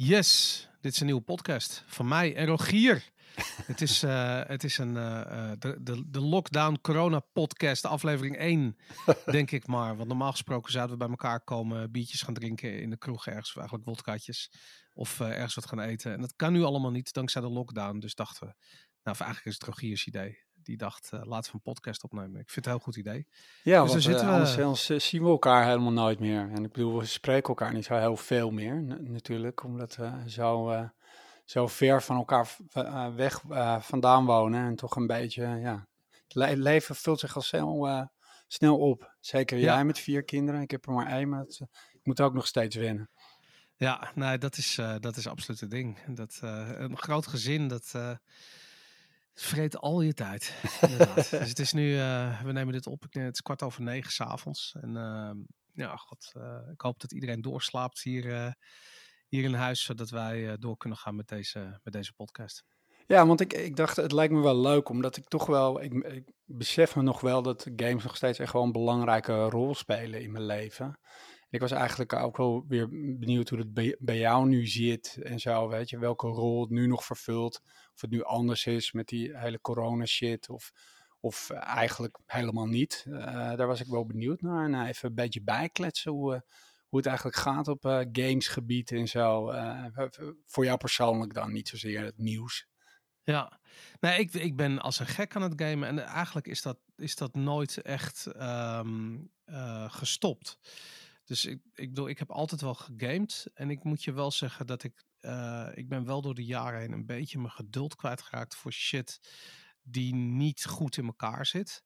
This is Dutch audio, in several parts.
Yes, dit is een nieuwe podcast van mij en Rogier. Het is de Lockdown Corona podcast, aflevering 1, denk ik maar. Want normaal gesproken zouden we bij elkaar komen, biertjes gaan drinken in de kroeg ergens, of eigenlijk wodkaatjes, of ergens wat gaan eten. En dat kan nu allemaal niet, dankzij de lockdown. Dus dachten we, nou, eigenlijk is het Rogiers idee. Die dacht, laten we een podcast opnemen. Ik vind het een heel goed idee. Ja, Dus want dan zitten we... anders zien we elkaar helemaal nooit meer. En ik bedoel, we spreken elkaar niet zo heel veel meer natuurlijk, omdat we zo ver van elkaar weg vandaan wonen. En toch een beetje, het leven vult zich al snel op. Zeker Ja, jij met 4 kinderen. Ik heb er maar 1, maar ik moet ook nog steeds wennen. ja, nee, dat is absoluut het ding. Een groot gezin, dat vreet al je tijd. Inderdaad. Dus het is nu, we nemen dit op, het is 9:15 s'avonds. En ja, god, ik hoop dat iedereen doorslaapt hier in huis, zodat wij door kunnen gaan met deze podcast. Ja, want ik dacht, het lijkt me wel leuk, omdat ik toch wel, ik besef me nog wel dat games nog steeds echt wel een belangrijke rol spelen in mijn leven. Ik was eigenlijk ook wel weer benieuwd hoe het bij jou nu zit en zo, weet je, welke rol het nu nog vervult. Of het nu anders is met die hele corona shit of eigenlijk helemaal niet. Daar was ik wel benieuwd naar. En even een beetje bijkletsen hoe het eigenlijk gaat op gamesgebied en zo. Voor jou persoonlijk dan, niet zozeer het nieuws. Ja, nee, ik ben als een gek aan het gamen. En eigenlijk is dat nooit echt gestopt. Dus ik bedoel, ik heb altijd wel gegamed. En ik moet je wel zeggen dat ik ben wel door de jaren heen een beetje mijn geduld kwijtgeraakt voor shit die niet goed in elkaar zit.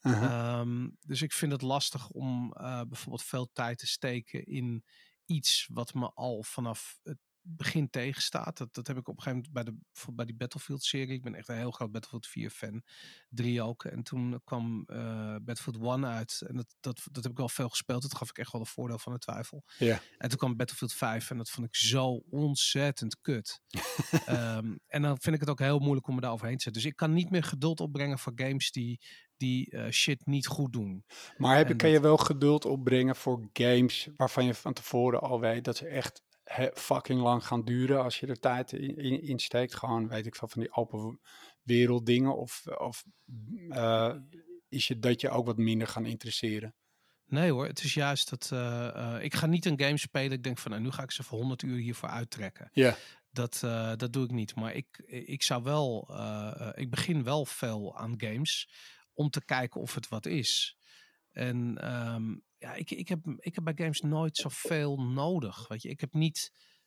Dus ik vind het lastig om bijvoorbeeld veel tijd te steken in iets wat me al vanaf het begin tegenstaat. Dat heb ik op een gegeven moment bijvoorbeeld bij die Battlefield-serie. Ik ben echt een heel groot Battlefield 4-fan. 3 ook. En toen kwam Battlefield 1 uit. En dat heb ik wel veel gespeeld. Dat gaf ik echt wel een voordeel van de twijfel. Ja. En toen kwam Battlefield 5 en dat vond ik zo ontzettend kut. En dan vind ik het ook heel moeilijk om me daar overheen te zetten. Dus ik kan niet meer geduld opbrengen voor games die shit niet goed doen. Maar En kan je dat, wel geduld opbrengen voor games waarvan je van tevoren al weet dat ze echt fucking lang gaan duren als je er tijd in steekt? Gewoon, weet ik veel, van die open wereld dingen of eh, is je dat je ook wat minder gaan interesseren? Nee hoor, het is juist dat ik ga niet een game spelen. Ik denk van nou, nu ga ik ze voor 100 uur hiervoor uittrekken. Ja. Dat doe ik niet. Maar ik zou wel, ik begin wel veel aan games om te kijken of het wat is. En ja, ik heb bij games nooit zoveel nodig. Weet je, ik heb niet,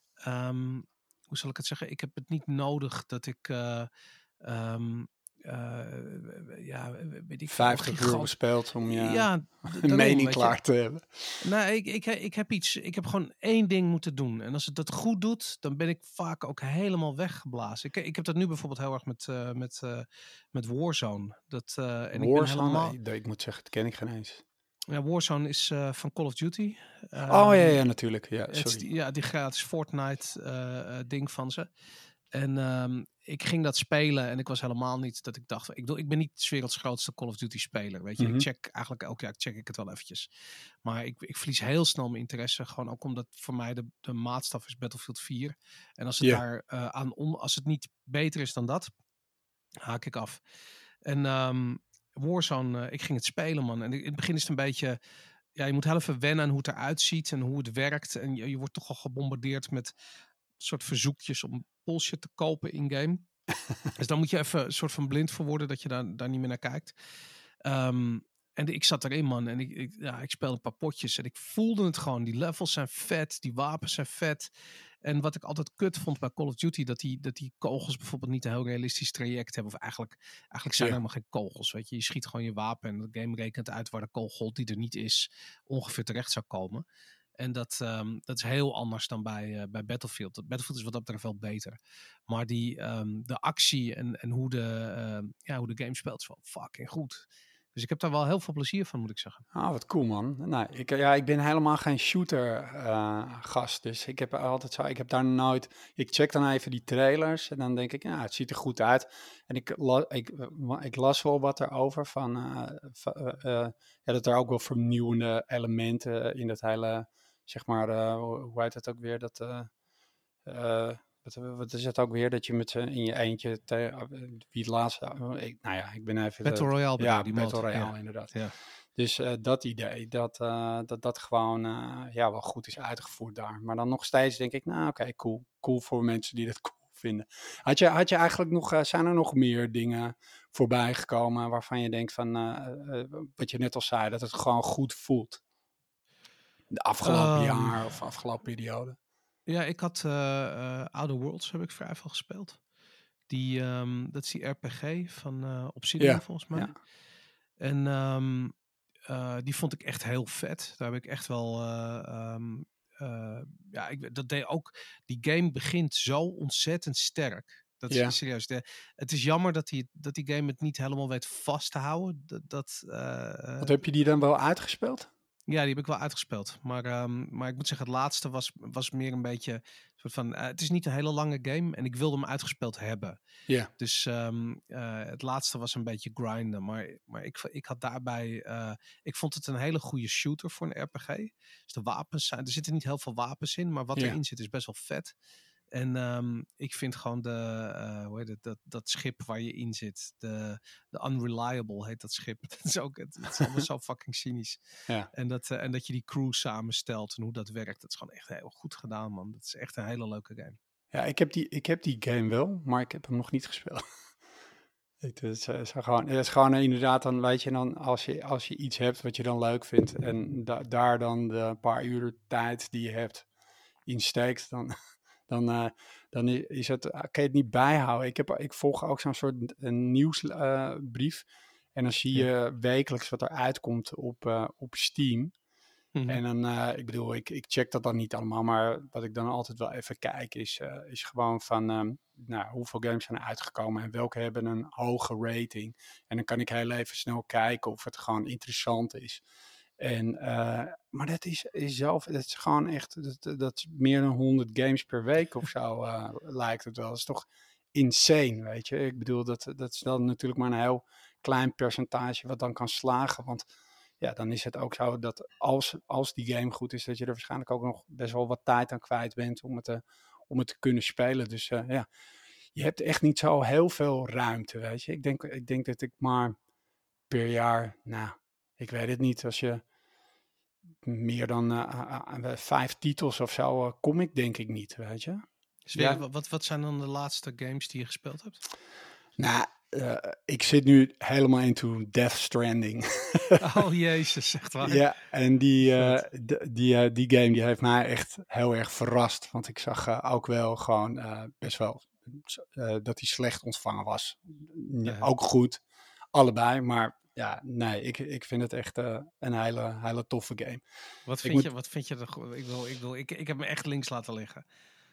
hoe zal ik het zeggen? Ik heb het niet nodig dat ik, ehm, ja, weet ik veel, 50 uur gespeeld om je ja, een daarom, mening weet je. klaar te hebben. Nou, ik heb gewoon één ding moeten doen. En als het dat goed doet, dan ben ik vaak ook helemaal weggeblazen. Ik heb dat nu bijvoorbeeld heel erg met Warzone. En ik ben Warzone, helemaal... ik moet zeggen, dat ken ik geen eens. Ja, Warzone is van Call of Duty. Oh ja, natuurlijk. Ja, sorry. Die gratis Fortnite ding van ze. En ik ging dat spelen en ik was helemaal niet dat ik dacht... Ik ben niet 's werelds grootste Call of Duty speler. Weet je, ik check eigenlijk elk jaar check ik het wel eventjes. Maar ik verlies heel snel mijn interesse. Gewoon ook omdat voor mij de maatstaf is Battlefield 4. En als het Ja. daar als het niet beter is dan dat, haak ik af. En Warzone, ik ging het spelen, man. En in het begin is het een beetje... Ja, je moet heel even wennen aan hoe het eruit ziet en hoe het werkt. En je wordt toch al gebombardeerd met soort verzoekjes om bullshit te kopen in-game. Dus dan moet je even een soort van blind voor worden dat je daar niet meer naar kijkt. En ik zat erin, man. En ik speelde een paar potjes en ik voelde het gewoon. Die levels zijn vet, die wapens zijn vet. En wat ik altijd kut vond bij Call of Duty, dat die kogels bijvoorbeeld niet een heel realistisch traject hebben. Of eigenlijk zijn er Ja. helemaal geen kogels, weet je. Je schiet gewoon je wapen en de game rekent uit waar de kogel die er niet is, ongeveer terecht zou komen. En dat is heel anders dan bij Battlefield. Battlefield is wat dat betreft wel beter. Maar de actie en hoe de game speelt is wel fucking goed. Dus ik heb daar wel heel veel plezier van, moet ik zeggen. Ah, wat cool, man. Nou, ik ben helemaal geen shooter gast, dus ik heb altijd zo, ik heb daar nooit, ik check dan even die trailers en dan denk ik, ja, het ziet er goed uit. En ik las wel wat erover ja, dat er ook wel vernieuwende elementen in dat hele, zeg maar, hoe heet het ook weer, Wat is het ook weer, dat je met z'n in je eentje, wie het laatste, ik ben even... Battle Royale bedoel je, die Battle mod. Royale Ja. inderdaad. Ja. Dus dat idee, dat gewoon wel goed is uitgevoerd daar. Maar dan nog steeds denk ik, nou oké, cool. Cool voor mensen die dat cool vinden. Had je eigenlijk nog, zijn er nog meer dingen voorbij gekomen waarvan je denkt van, wat je net al zei, dat het gewoon goed voelt? De afgelopen jaar of afgelopen periode? Ja, ik had Outer Worlds heb ik vrij veel gespeeld. Dat is die RPG van Obsidian Ja, volgens mij. ja. En die vond ik echt heel vet. Daar heb ik echt wel... dat deed ook... Die game begint zo ontzettend sterk. Dat is Ja. serieus. Het is jammer dat die game het niet helemaal weet vast te houden. Wat heb je die dan wel uitgespeeld? Ja, die heb ik wel uitgespeeld. Maar ik moet zeggen, het laatste was meer een beetje... soort van, het is niet een hele lange game en ik wilde hem uitgespeeld hebben. Ja. Dus het laatste was een beetje grinden. Maar ik had daarbij... ik vond het een hele goede shooter voor een RPG. Dus de wapens zijn... Er zitten niet heel veel wapens in, maar wat erin zit is best wel vet. En ik vind gewoon hoe heet het, dat schip waar je in zit, de Unreliable heet dat schip. Het is allemaal zo fucking cynisch. Ja. En dat je die crew samenstelt en hoe dat werkt, dat is gewoon echt heel goed gedaan, man. Dat is echt een hele leuke game. Ja, ik heb die game wel, maar ik heb hem nog niet gespeeld. Het is gewoon inderdaad, dan weet je dan, als je iets hebt wat je dan leuk vindt en daar dan de paar uur tijd die je hebt in steekt, dan is het, kan je het niet bijhouden. Ik volg ook zo'n soort een nieuwsbrief en dan zie je wekelijks wat er uitkomt op Steam. Mhm. En dan, ik check dat dan niet allemaal, maar wat ik dan altijd wel even kijk is gewoon van, hoeveel games zijn er uitgekomen en welke hebben een hoge rating. En dan kan ik heel even snel kijken of het gewoon interessant is. En, maar dat is gewoon echt, dat is meer dan 100 games per week of zo, lijkt het wel. Dat is toch insane, weet je. Ik bedoel, dat is dan natuurlijk maar een heel klein percentage wat dan kan slagen, want ja, dan is het ook zo dat als die game goed is, dat je er waarschijnlijk ook nog best wel wat tijd aan kwijt bent om het te kunnen spelen. Dus ja, je hebt echt niet zo heel veel ruimte, weet je. Ik denk dat ik maar per jaar, ik weet het niet, als je meer dan 5 titels of zo, kom ik denk ik niet, weet je. Ja. Wat zijn dan de laatste games die je gespeeld hebt? Nou, ik zit nu helemaal into Death Stranding. Oh jezus, echt waar? Ja, en die game die heeft mij echt heel erg verrast. Want ik zag ook wel gewoon best wel dat hij slecht ontvangen was. Ook goed, allebei. Maar ja, nee, ik vind het echt een hele toffe game. Wat vind je er? Ik heb me echt links laten liggen.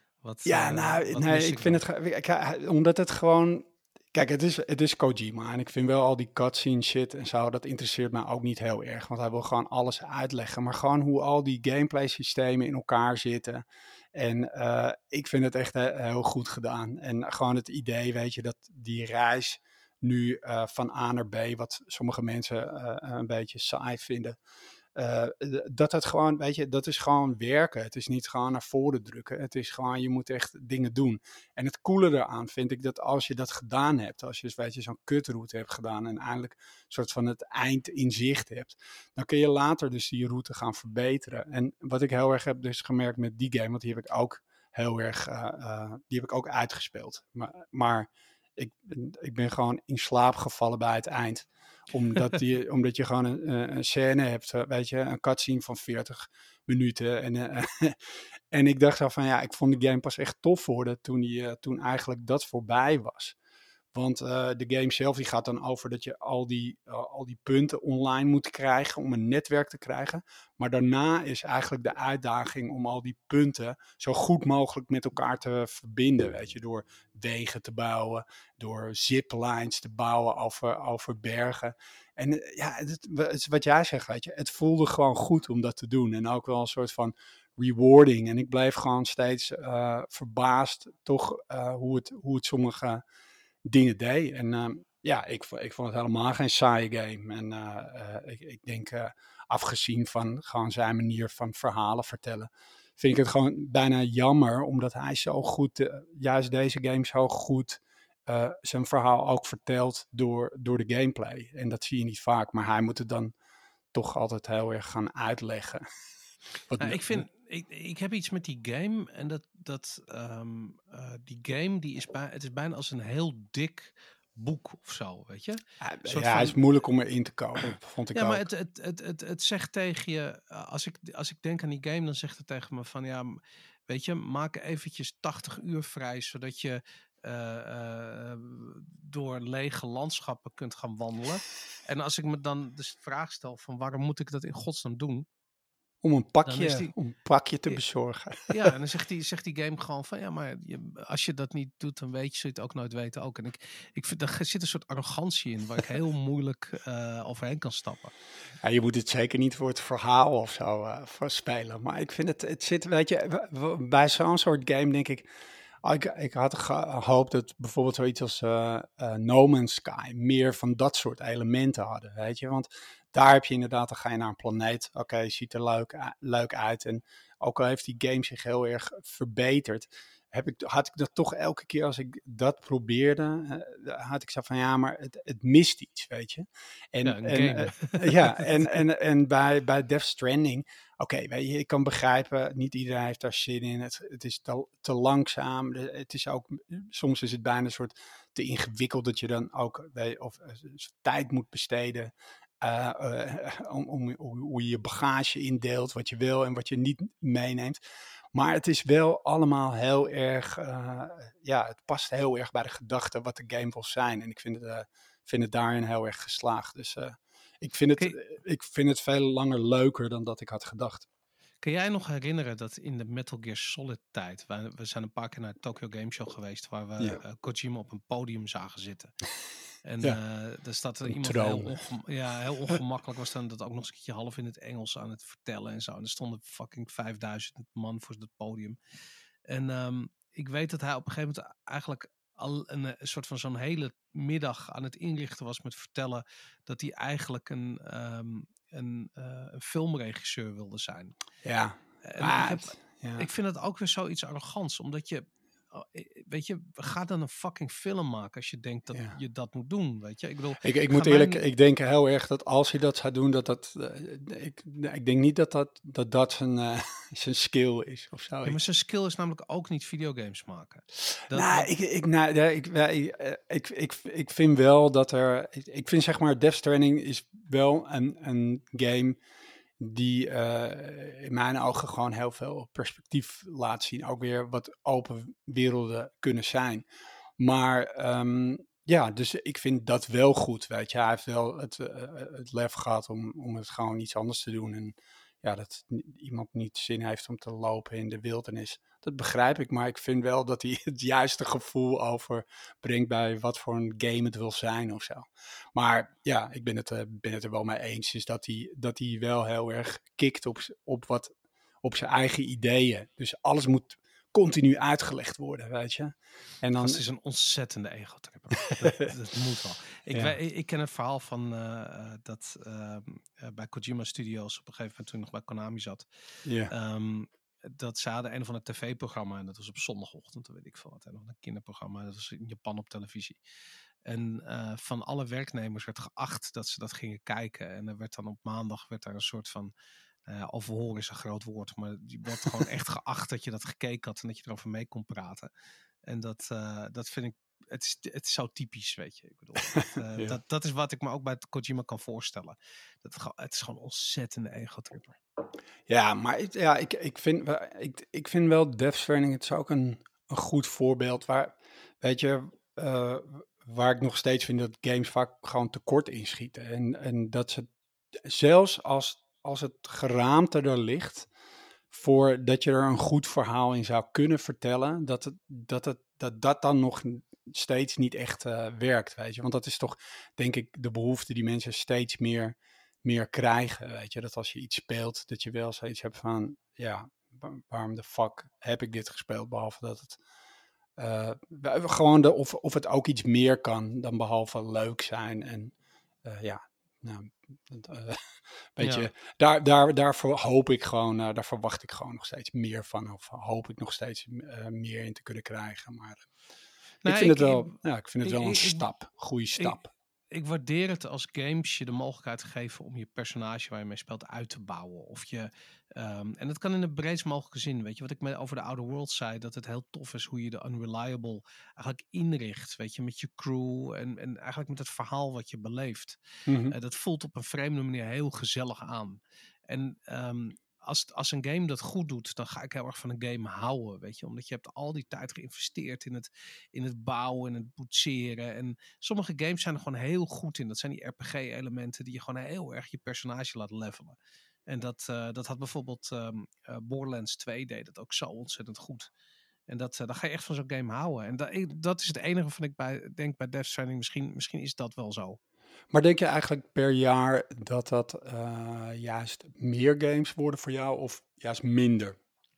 Ik vind het... Omdat het gewoon... Kijk, het is Kojima en ik vind wel al die cutscene shit en zo, dat interesseert me ook niet heel erg. Want hij wil gewoon alles uitleggen. Maar gewoon hoe al die gameplay systemen in elkaar zitten. En ik vind het echt heel goed gedaan. En gewoon het idee, weet je, dat die reis nu van A naar B, wat sommige mensen een beetje saai vinden. Dat het gewoon, weet je, dat is gewoon werken. Het is niet gewoon naar voren drukken. Het is gewoon, je moet echt dingen doen. En het coole eraan vind ik dat als je dat gedaan hebt, als je, weet je, zo'n kutroute hebt gedaan en eindelijk een soort van het eind in zicht hebt, dan kun je later dus die route gaan verbeteren. En wat ik heel erg heb dus gemerkt met die game, want die heb ik ook heel erg, die heb ik ook uitgespeeld. Maar ik ben gewoon in slaap gevallen bij het eind. Omdat je gewoon een scène hebt, weet je, een cutscene van 40 minuten. En ik dacht zo van, ja, ik vond de game pas echt tof worden toen eigenlijk dat voorbij was. Want de game zelf die gaat dan over dat je al die punten online moet krijgen om een netwerk te krijgen. Maar daarna is eigenlijk de uitdaging om al die punten zo goed mogelijk met elkaar te verbinden. Weet je, door wegen te bouwen, door ziplines te bouwen over bergen. En het is wat jij zegt, weet je, het voelde gewoon goed om dat te doen. En ook wel een soort van rewarding. En ik bleef gewoon steeds verbaasd toch hoe het sommige dingen deed. En ik vond het helemaal geen saaie game. En ik denk, afgezien van gewoon zijn manier van verhalen vertellen, vind ik het gewoon bijna jammer, omdat hij zo goed, juist deze game zo goed, zijn verhaal ook vertelt door de gameplay. En dat zie je niet vaak, maar hij moet het dan toch altijd heel erg gaan uitleggen. Ik heb iets met die game en die game het is bijna als een heel dik boek of zo, weet je? Hij is moeilijk om erin te komen, vond ik ook. Ja, maar het zegt tegen je, als ik denk aan die game, dan zegt het tegen me van, ja, weet je, maak eventjes 80 uur vrij, zodat je door lege landschappen kunt gaan wandelen. En als ik me dan dus de vraag stel van, waarom moet ik dat in godsnaam doen? Om een pakje te bezorgen. Ja, en dan zegt die game gewoon van, ja, maar als je dat niet doet, dan weet je, zul je het ook nooit weten ook. En ik vind, er zit een soort arrogantie in, waar ik heel moeilijk overheen kan stappen. Ja, je moet het zeker niet voor het verhaal of zo voor spelen. Maar ik vind het zit, weet je, bij zo'n soort game denk ik, ik had gehoopt dat bijvoorbeeld zoiets als No Man's Sky meer van dat soort elementen hadden, weet je. Want daar heb je inderdaad, dan ga je naar een planeet. Oké, ziet er leuk uit. En ook al heeft die game zich heel erg verbeterd, had ik dat toch elke keer als ik dat probeerde, had ik zo van, ja, maar het mist iets, weet je. En bij Death Stranding, oké, weet je, ik kan begrijpen, niet iedereen heeft daar zin in. Het is te langzaam. Het is ook, soms is het bijna een soort te ingewikkeld dat je dan ook tijd moet besteden. Hoe je je bagage indeelt, wat je wil en wat je niet meeneemt. Maar het is wel allemaal heel erg, het past heel erg bij de gedachte wat de game wil zijn. En ik vind het daarin heel erg geslaagd. Dus ik vind het veel langer leuker dan dat ik had gedacht. Kan jij nog herinneren dat in de Metal Gear Solid tijd, we zijn een paar keer naar de Tokyo Game Show geweest, waar we Kojima op een podium zagen zitten. En daar staat er iemand heel ongemakkelijk was dan dat ook nog eens een keertje half in het Engels aan het vertellen en zo. En er stonden fucking 5000 man voor het podium. En ik weet dat hij op een gegeven moment eigenlijk al een soort van zo'n hele middag aan het inrichten was met vertellen dat hij eigenlijk een filmregisseur wilde zijn. Ja. En ik vind het ook weer zoiets arrogants, omdat je, weet je, ga dan een fucking film maken als je denkt dat je dat moet doen, weet je. Ik bedoel, ik moet eerlijk, ik denk heel erg dat als hij dat zou doen, ik denk niet dat zijn skill is of zo. Ja, maar zijn skill is namelijk ook niet videogames maken. Ik vind wel dat ik vind zeg maar Death Stranding is wel een game die in mijn ogen gewoon heel veel perspectief laat zien. Ook weer wat open werelden kunnen zijn. Maar dus ik vind dat wel goed, weet je. Hij heeft wel het lef gehad om het gewoon iets anders te doen. En ja, dat iemand niet zin heeft om te lopen in de wildernis. Dat begrijp ik, maar ik vind wel dat hij het juiste gevoel overbrengt bij wat voor een game het wil zijn of zo. Maar ja, ik ben het er wel mee eens. Dus dat hij wel heel erg kikt op zijn eigen ideeën. Dus alles moet continu uitgelegd worden, weet je. En dan, het is een ontzettende ego-tripper. dat moet wel. Ik ken het verhaal van dat bij Kojima Studios op een gegeven moment toen ik nog bij Konami zat. Dat ze hadden een van het tv-programma en dat was op zondagochtend, weet ik veel wat. En nog een kinderprogramma, dat was in Japan op televisie. En van alle werknemers werd geacht dat ze dat gingen kijken. En er werd dan op maandag daar een soort van overhoren is een groot woord, maar die werd gewoon echt geacht dat je dat gekeken had en dat je erover mee kon praten. En dat vind ik, het is zo typisch, weet je. Ik bedoel, dat is wat ik me ook bij Kojima kan voorstellen. Het is gewoon een ontzettende ego-tripper. Ja, maar ik vind wel Death Stranding, het is ook een goed voorbeeld waar, weet je, waar ik nog steeds vind dat games vaak gewoon tekort inschieten. En dat ze, zelfs als het geraamte er ligt, dat je er een goed verhaal in zou kunnen vertellen, dat dan nog steeds niet echt werkt, weet je. Want dat is toch, denk ik, de behoefte die mensen steeds meer krijgen, weet je. Dat als je iets speelt, dat je wel zoiets hebt van, ja, waarom de fuck heb ik dit gespeeld, behalve dat het gewoon of het ook iets meer kan dan behalve leuk zijn en nou, Ja. beetje, daarvoor hoop ik gewoon, daar verwacht ik gewoon nog steeds meer van. Of hoop ik nog steeds meer in te kunnen krijgen. Maar ik Nou, vind het wel, ik vind het ik, wel een ik, stap, goede ik, stap. ik waardeer het als games je de mogelijkheid geven om je personage waar je mee speelt uit te bouwen. En dat kan in de breedst mogelijke zin. Weet je, wat ik over de Outer Worlds zei, dat het heel tof is hoe je de Unreliable eigenlijk inricht. Weet je, met je crew en eigenlijk met het verhaal wat je beleeft. Mhm. Dat voelt op een vreemde manier heel gezellig aan. En als een game dat goed doet, dan ga ik heel erg van een game houden. Weet je, omdat je hebt al die tijd geïnvesteerd in het bouwen en het boetseren. En sommige games zijn er gewoon heel goed in. Dat zijn die RPG-elementen die je gewoon heel erg je personage laat levelen. En dat had bijvoorbeeld Borderlands 2 deed dat ook zo ontzettend goed. En dan ga je echt van zo'n game houden. En dat is het enige waarvan ik denk bij Death Stranding, misschien is dat wel zo. Maar denk je eigenlijk per jaar dat juist meer games worden voor jou of juist minder?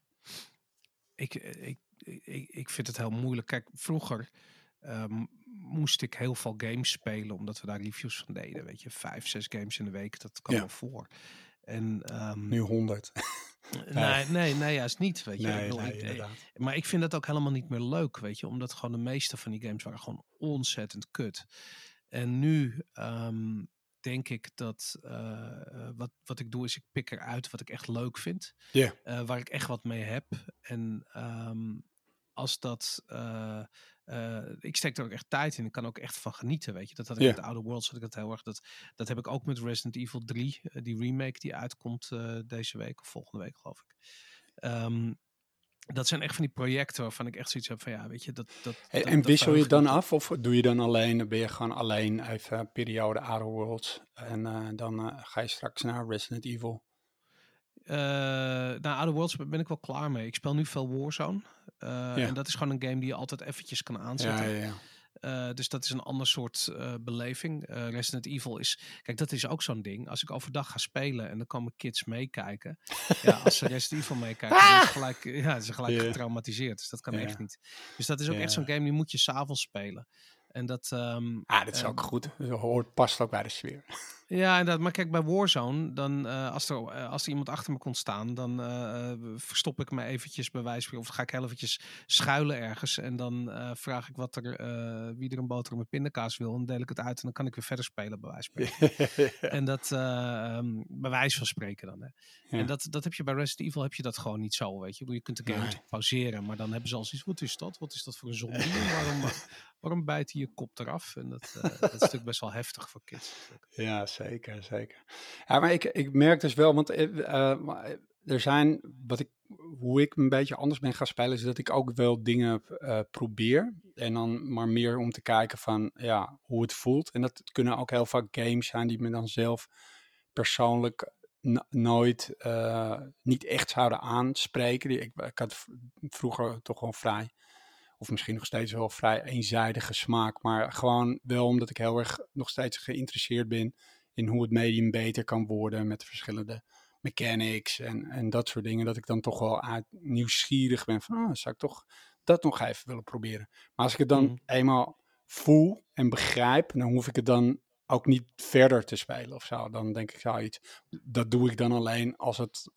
Ik vind het heel moeilijk. Kijk, vroeger moest ik heel veel games spelen, omdat we daar reviews van deden. Weet je, 5, 6 games in de week, dat kwam Ja. wel voor. En Nu 100. nee, juist niet. Weet je, Inderdaad. maar ik vind dat ook helemaal niet meer leuk, weet je, omdat gewoon de meeste van die games waren gewoon ontzettend kut. En nu denk ik dat wat ik doe is ik pik eruit wat ik echt leuk vind. Ja. Waar ik echt wat mee heb. En als dat... ik steek er ook echt tijd in. Ik kan ook echt van genieten, weet je. Dat had ik met Outer Worlds, had ik dat heel erg. Dat heb ik ook met Resident Evil 3. Die remake die uitkomt deze week of volgende week, geloof ik. Dat zijn echt van die projecten waarvan ik echt zoiets heb van ja, weet je, En wissel je dan af of doe je dan alleen, ben je gewoon alleen even een periode Outer Worlds en dan ga je straks naar Resident Evil? Nou, Outer Worlds ben ik wel klaar mee. Ik speel nu veel Warzone. En dat is gewoon een game die je altijd eventjes kan aanzetten. Dus dat is een ander soort beleving. Resident Evil is... Kijk, dat is ook zo'n ding. Als ik overdag ga spelen en dan komen kids meekijken. Ja, als ze Resident Evil meekijken, dan is ze gelijk getraumatiseerd. Dus dat kan echt niet. Dus dat is ook echt zo'n game die moet je 's avonds spelen. En dat... dat is ook goed. Dat past ook bij de sfeer. Ja, inderdaad. Maar kijk, bij Warzone, dan, als er iemand achter me kon staan, dan verstop ik me eventjes bij wijze van, of ga ik heel eventjes schuilen ergens. En dan vraag ik wie er een boterham met pindakaas wil. En dan deel ik het uit en dan kan ik weer verder spelen, bij wijze van spreken. En dat, bij wijze van spreken dan. Hè. Ja. En dat heb je bij Resident Evil, heb je dat gewoon niet zo, weet je. Je kunt de game pauzeren, maar dan hebben ze al zoiets, wat is dat? Wat is dat voor een zombie? Waarom bijt hij je kop eraf? En dat is natuurlijk best wel heftig voor kids. Ja, zeker. Ja, maar ik merk dus wel, want er zijn, hoe ik een beetje anders ben gaan spelen, is dat ik ook wel dingen probeer. En dan maar meer om te kijken van, ja, hoe het voelt. En dat kunnen ook heel vaak games zijn die me dan zelf persoonlijk nooit, niet echt zouden aanspreken. Ik had vroeger toch wel vrij, of misschien nog steeds wel vrij eenzijdige smaak. Maar gewoon wel omdat ik heel erg nog steeds geïnteresseerd ben in hoe het medium beter kan worden met verschillende mechanics en dat soort dingen. Dat ik dan toch wel nieuwsgierig ben van, zou ik toch dat nog even willen proberen. Maar als ik het dan eenmaal voel en begrijp, dan hoef ik het dan ook niet verder te spelen of zo. Dan denk ik, dat doe ik dan alleen als het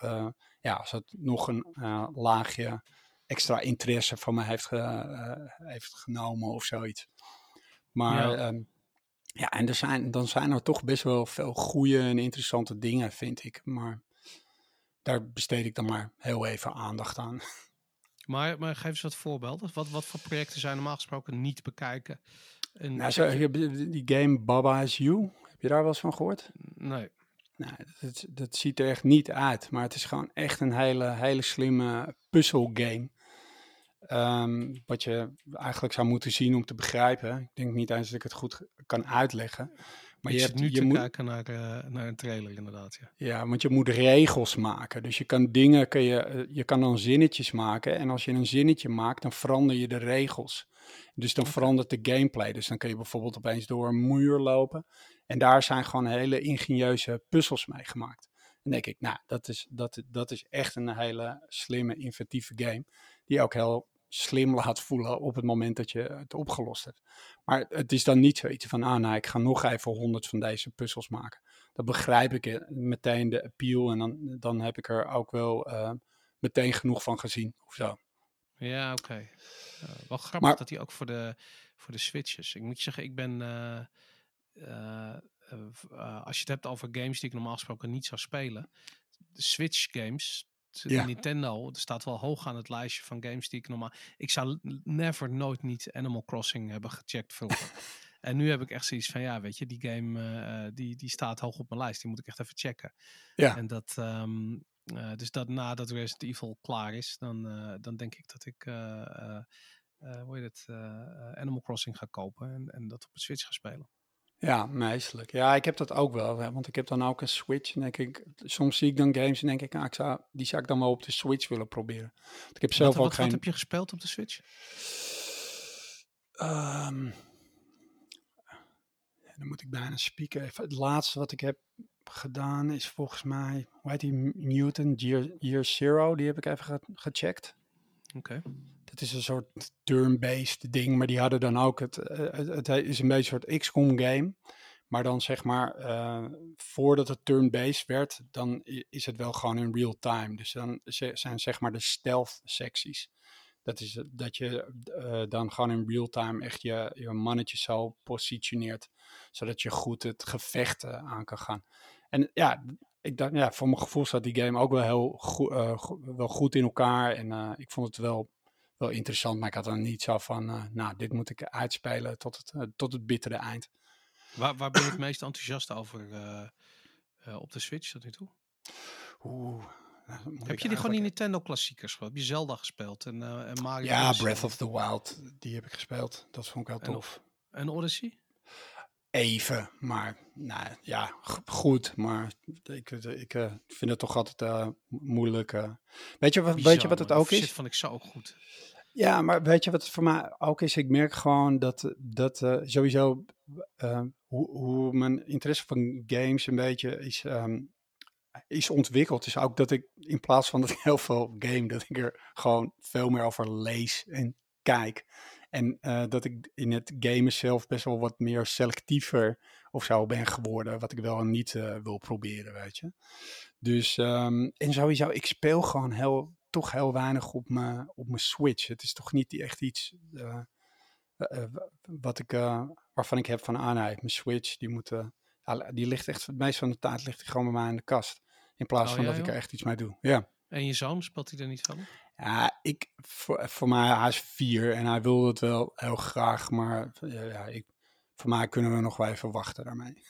nog een laagje extra interesse van me heeft genomen of zoiets. Maar en dan zijn er toch best wel veel goede en interessante dingen, vind ik. Maar daar besteed ik dan maar heel even aandacht aan. Maar geef eens wat voorbeelden. Wat voor projecten zijn normaal gesproken niet bekijken? Die game Baba Is You, heb je daar wel eens van gehoord? Nee. Nou, dat ziet er echt niet uit, maar het is gewoon echt een hele slimme puzzelgame. Wat je eigenlijk zou moeten zien om te begrijpen. Ik denk niet eens dat ik het goed kan uitleggen. Maar ik zit nu te kijken naar een trailer inderdaad. Ja, want je moet regels maken. Dus je kan je kan dan zinnetjes maken. En als je een zinnetje maakt, dan verander je de regels. Dus dan verandert de gameplay. Dus dan kun je bijvoorbeeld opeens door een muur lopen. En daar zijn gewoon hele ingenieuze puzzels mee gemaakt. Dan denk ik, nou, dat is echt een hele slimme, inventieve game. Die ook heel slim laat voelen op het moment dat je het opgelost hebt. Maar het is dan niet zoiets van, ik ga nog even 100 van deze puzzels maken. Dan begrijp ik meteen de appeal en dan heb ik er ook wel meteen genoeg van gezien of zo. Ja, oké. Wel grappig Maar dat hij ook voor de Switch is. Ik moet je zeggen, ik ben... als je het hebt over games die ik normaal gesproken niet zou spelen. De Switch games, ja, Nintendo, er staat wel hoog aan het lijstje van games die ik normaal... Ik zou nooit niet Animal Crossing hebben gecheckt vroeger. En nu heb ik echt zoiets van, ja, weet je, die game die staat hoog op mijn lijst. Die moet ik echt even checken. ja. En dat... dus dat nadat Resident Evil klaar is, dan denk ik dat ik Animal Crossing ga kopen en dat op de Switch ga spelen. Ja, meestelijk. Ja, ik heb dat ook wel, hè, want ik heb dan ook een Switch. En denk ik, soms zie ik dan games en denk ik, die zou ik dan wel op de Switch willen proberen. Want ik heb zelf ook geen... Wat heb je gespeeld op de Switch? Dan moet ik bijna spieken. Even. Het laatste wat ik heb gedaan is volgens mij, hoe heet die, Mutant Year Zero. Die heb ik even gecheckt. Oké. Dat is een soort turn-based ding, maar die hadden dan ook het is een beetje een soort XCOM game. Maar dan zeg maar, voordat het turn-based werd, dan is het wel gewoon in real time. Dus dan zijn zeg maar de stealth secties. Dat is dat je dan gewoon in real time echt je mannetje zo positioneert, zodat je goed het gevecht aan kan gaan. En ja, ik dacht, ja, voor mijn gevoel zat die game ook wel heel wel goed in elkaar. En ik vond het wel interessant, maar ik had er niet zo van, dit moet ik uitspelen tot het bittere eind. Waar ben je het meest enthousiast over op de Switch tot nu toe? Heb je gewoon die Nintendo klassiekers gehad? Heb je Zelda gespeeld en Mario? Ja, Odyssey? Breath of the Wild, die heb ik gespeeld. Dat vond ik wel tof. En Odyssey? Even, maar ja, goed. Maar ik vind het toch altijd moeilijk. Weet je wat het ook is? Shit vond ik zo goed. Ja, maar weet je wat het voor mij ook is? Ik merk gewoon dat sowieso hoe mijn interesse van games een beetje is ontwikkeld. Is ook dat ik in plaats van dat ik heel veel game, dat ik er gewoon veel meer over lees en kijk. En dat ik in het gamen zelf best wel wat meer selectiever of zo ben geworden. Wat ik wel en niet wil proberen, weet je. Dus, en sowieso, ik speel gewoon toch heel weinig op mijn Switch. Het is toch niet echt iets waarvan ik heb van, mijn Switch, die ligt echt, het meeste van de tijd ligt die gewoon bij mij in de kast. In plaats van dat ik er echt iets mee doe. Ja. En je zoon, speelt hij er niet van? Ja, voor mij, hij is 4 en hij wilde het wel heel graag, maar voor mij kunnen we nog wel even wachten daarmee.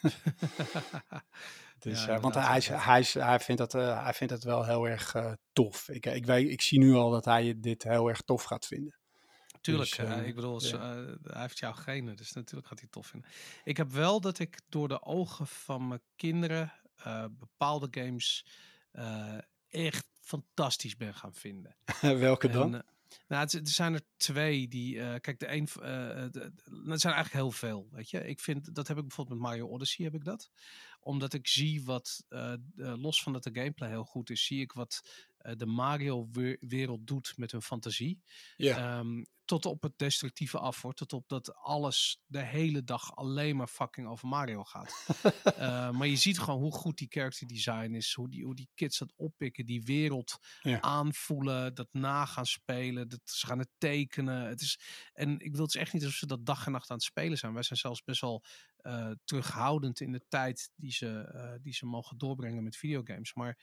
Dus, want hij vindt het wel heel erg tof. Ik zie nu al dat hij dit heel erg tof gaat vinden. Tuurlijk, dus, ik bedoel, hij heeft jouw genen, dus natuurlijk gaat hij het tof vinden. Ik heb wel dat ik door de ogen van mijn kinderen bepaalde games echt fantastisch ben gaan vinden. Welke dan? Er zijn er 2 die... kijk, er zijn eigenlijk heel veel, weet je. Ik vind, dat heb ik bijvoorbeeld met Mario Odyssey, heb ik dat. Omdat ik zie wat, los van dat de gameplay heel goed is, zie ik wat de Mario-wereld doet met hun fantasie. Ja. Tot op het destructieve af, hoor. Tot op dat alles de hele dag alleen maar fucking over Mario gaat. Maar je ziet gewoon hoe goed die character design is. Hoe die kids dat oppikken. Die wereld aanvoelen. Dat na gaan spelen. Dat ze gaan het tekenen. En ik bedoel, het is echt niet alsof ze dat dag en nacht aan het spelen zijn. Wij zijn zelfs best wel terughoudend in de tijd die ze mogen doorbrengen met videogames. Maar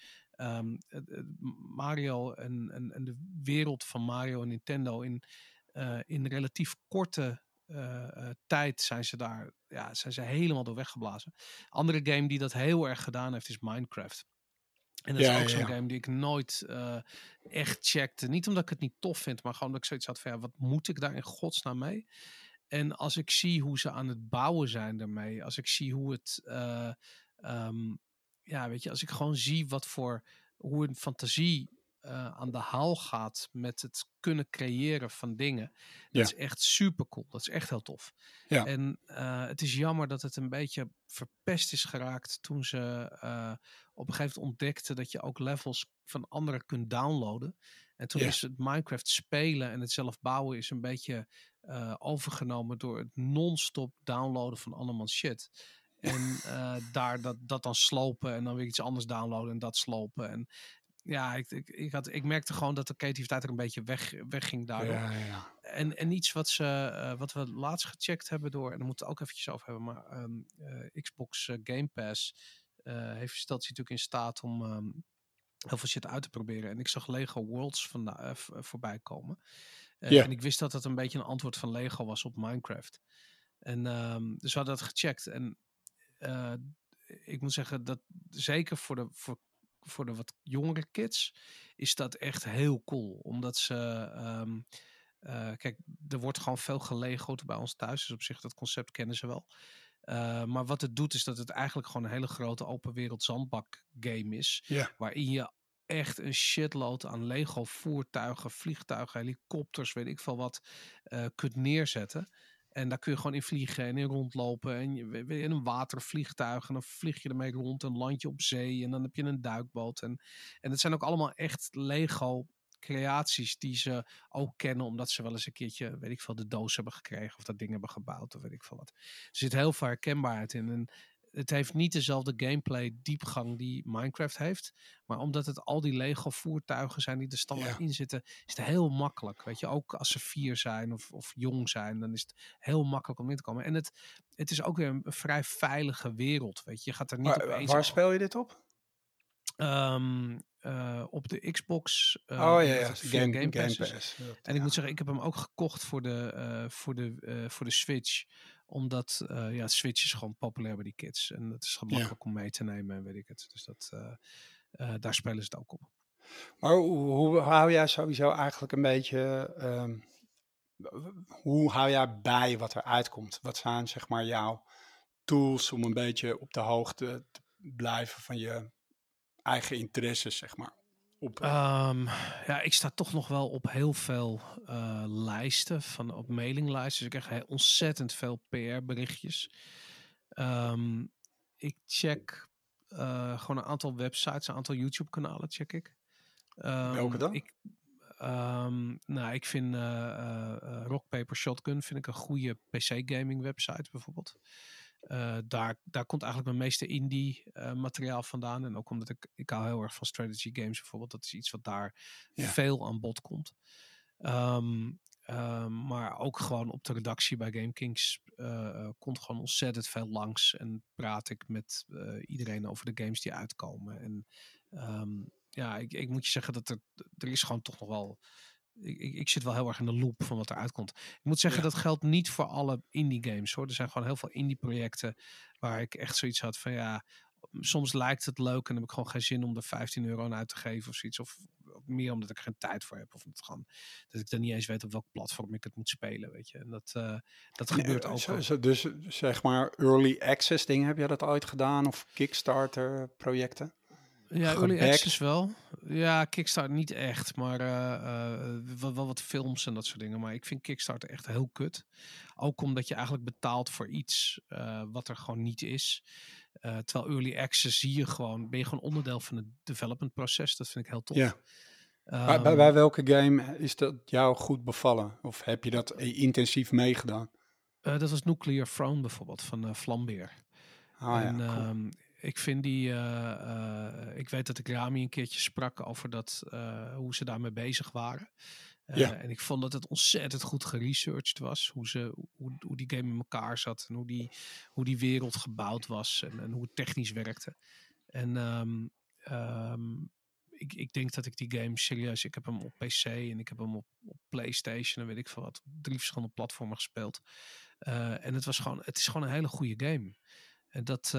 Mario en de wereld van Mario en Nintendo in relatief korte tijd zijn ze helemaal door weggeblazen. Andere game die dat heel erg gedaan heeft is Minecraft. En dat is ook zo'n game die ik nooit echt checkte. Niet omdat ik het niet tof vind, maar gewoon dat ik zoiets had van, wat moet ik daar in godsnaam mee? En als ik zie hoe ze aan het bouwen zijn daarmee, als ik zie hoe het, als ik gewoon zie hoe een fantasie aan de haal gaat met het kunnen creëren van dingen. Dat is echt super cool. Dat is echt heel tof. Ja. En het is jammer dat het een beetje verpest is geraakt toen ze op een gegeven moment ontdekten dat je ook levels van anderen kunt downloaden. En toen is het Minecraft spelen en het zelf bouwen is een beetje overgenomen door het non-stop downloaden van andermans shit. En daar dat dan slopen en dan weer iets anders downloaden en dat slopen. En ja, ik merkte gewoon dat de creativiteit er een beetje wegging daardoor. Ja. En iets wat we laatst gecheckt hebben door, en daar moeten we het ook eventjes over hebben, maar Xbox Game Pass stelt zich natuurlijk in staat om heel veel shit uit te proberen. En ik zag Lego Worlds voorbij komen. En ik wist dat het een beetje een antwoord van Lego was op Minecraft. En dus we hadden dat gecheckt. En ik moet zeggen dat zeker voor de wat jongere kids is dat echt heel cool. Omdat ze kijk, er wordt gewoon veel gelego'd bij ons thuis. Dus op zich dat concept kennen ze wel. Maar wat het doet is dat het eigenlijk gewoon een hele grote open wereld zandbak game is. Waarin je echt een shitload aan Lego voertuigen, vliegtuigen, helikopters, weet ik veel wat, kunt neerzetten. En daar kun je gewoon in vliegen en in rondlopen. En in een watervliegtuig. En dan vlieg je ermee rond. En land je op zee. En dan heb je een duikboot. En het zijn ook allemaal echt Lego creaties die ze ook kennen. Omdat ze wel eens een keertje, weet ik veel, de doos hebben gekregen. Of dat ding hebben gebouwd. Of weet ik veel wat. Er zit heel veel herkenbaarheid in. En het heeft niet dezelfde gameplay diepgang die Minecraft heeft. Maar omdat het al die Lego voertuigen zijn die er standaard in zitten, is het heel makkelijk. Weet je, ook als ze 4 zijn of jong zijn, dan is het heel makkelijk om in te komen. En het is ook weer een vrij veilige wereld. Weet je, je gaat er niet opeens. Waar speel je dit op? Op de Xbox. Game Pass. En ik moet zeggen, ik heb hem ook gekocht voor de Switch. Omdat Switch is gewoon populair bij die kids. En het is gemakkelijk om mee te nemen en weet ik het. Dus daar spelen ze het ook op. Maar hoe hou jij sowieso eigenlijk een beetje... hoe hou jij bij wat er uitkomt? Wat zijn zeg maar jouw tools om een beetje op de hoogte te blijven van je eigen interesses, zeg maar? Ik sta toch nog wel op heel veel lijsten, op mailinglijsten. Dus ik krijg ontzettend veel PR-berichtjes. Ik check gewoon een aantal websites, een aantal YouTube-kanalen check ik. Welke dan? Ik vind Rock Paper Shotgun vind ik een goede PC-gaming website bijvoorbeeld. Daar komt eigenlijk mijn meeste indie materiaal vandaan. En ook omdat ik hou heel erg van strategy games bijvoorbeeld. Dat is iets wat daar veel aan bod komt. Maar ook gewoon op de redactie bij GameKings komt gewoon ontzettend veel langs. En praat ik met iedereen over de games die uitkomen. En ik moet je zeggen dat er is gewoon toch nog wel... Ik zit wel heel erg in de loop van wat er uitkomt. Ik moet zeggen, dat geldt niet voor alle indie games hoor. Er zijn gewoon heel veel indie projecten waar ik echt zoiets had van soms lijkt het leuk en dan heb ik gewoon geen zin om er €15 aan uit te geven of zoiets. Of meer omdat ik er geen tijd voor heb. Of dat ik dan niet eens weet op welk platform ik het moet spelen, weet je. En dat gebeurt ook. Dus zeg maar early access dingen, heb je dat ooit gedaan? Of Kickstarter projecten? Ja, early access wel. Ja, Kickstarter niet echt, maar wel wat films en dat soort dingen. Maar ik vind Kickstarter echt heel kut. Ook omdat je eigenlijk betaalt voor iets wat er gewoon niet is. Terwijl early access ben je gewoon onderdeel van het development proces. Dat vind ik heel tof. Ja. Bij welke game is dat jou goed bevallen? Of heb je dat intensief meegedaan? Dat was Nuclear Throne bijvoorbeeld van Vlambeer. Cool. Ik vind ik weet dat ik Rami een keertje sprak over hoe ze daarmee bezig waren. En ik vond dat het ontzettend goed geresearched was. Hoe die game in elkaar zat. En hoe die wereld gebouwd was. En hoe het technisch werkte. En ik denk dat ik die game serieus... Ik heb hem op PC en ik heb hem op PlayStation en weet ik veel wat. 3 verschillende platformen gespeeld. En het is gewoon een hele goede game. En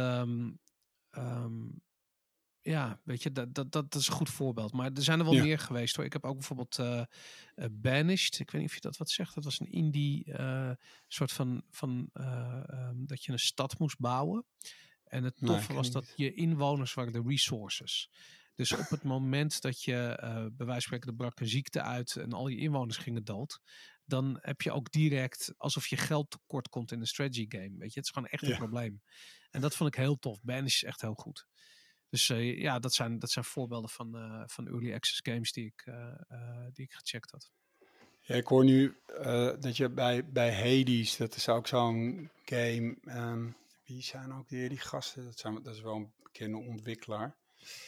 weet je, dat is een goed voorbeeld. Maar er zijn er wel meer geweest hoor. Ik heb ook bijvoorbeeld Banished. Ik weet niet of je dat wat zegt. Dat was een indie soort van dat je een stad moest bouwen. En het toffe was dat je inwoners waren de resources. Dus op het moment dat je bij wijze van spreken er brak een ziekte uit en al je inwoners gingen dood, dan heb je ook direct alsof je geld tekort komt in een strategy game. Weet je, het is gewoon echt een probleem. En dat vond ik heel tof. Banish is echt heel goed. Dus ja, dat zijn voorbeelden van early access games die ik gecheckt had. Ja, ik hoor nu dat je bij Hades, dat is ook zo'n game. Wie zijn ook die gasten? Dat is wel een bekende ontwikkelaar.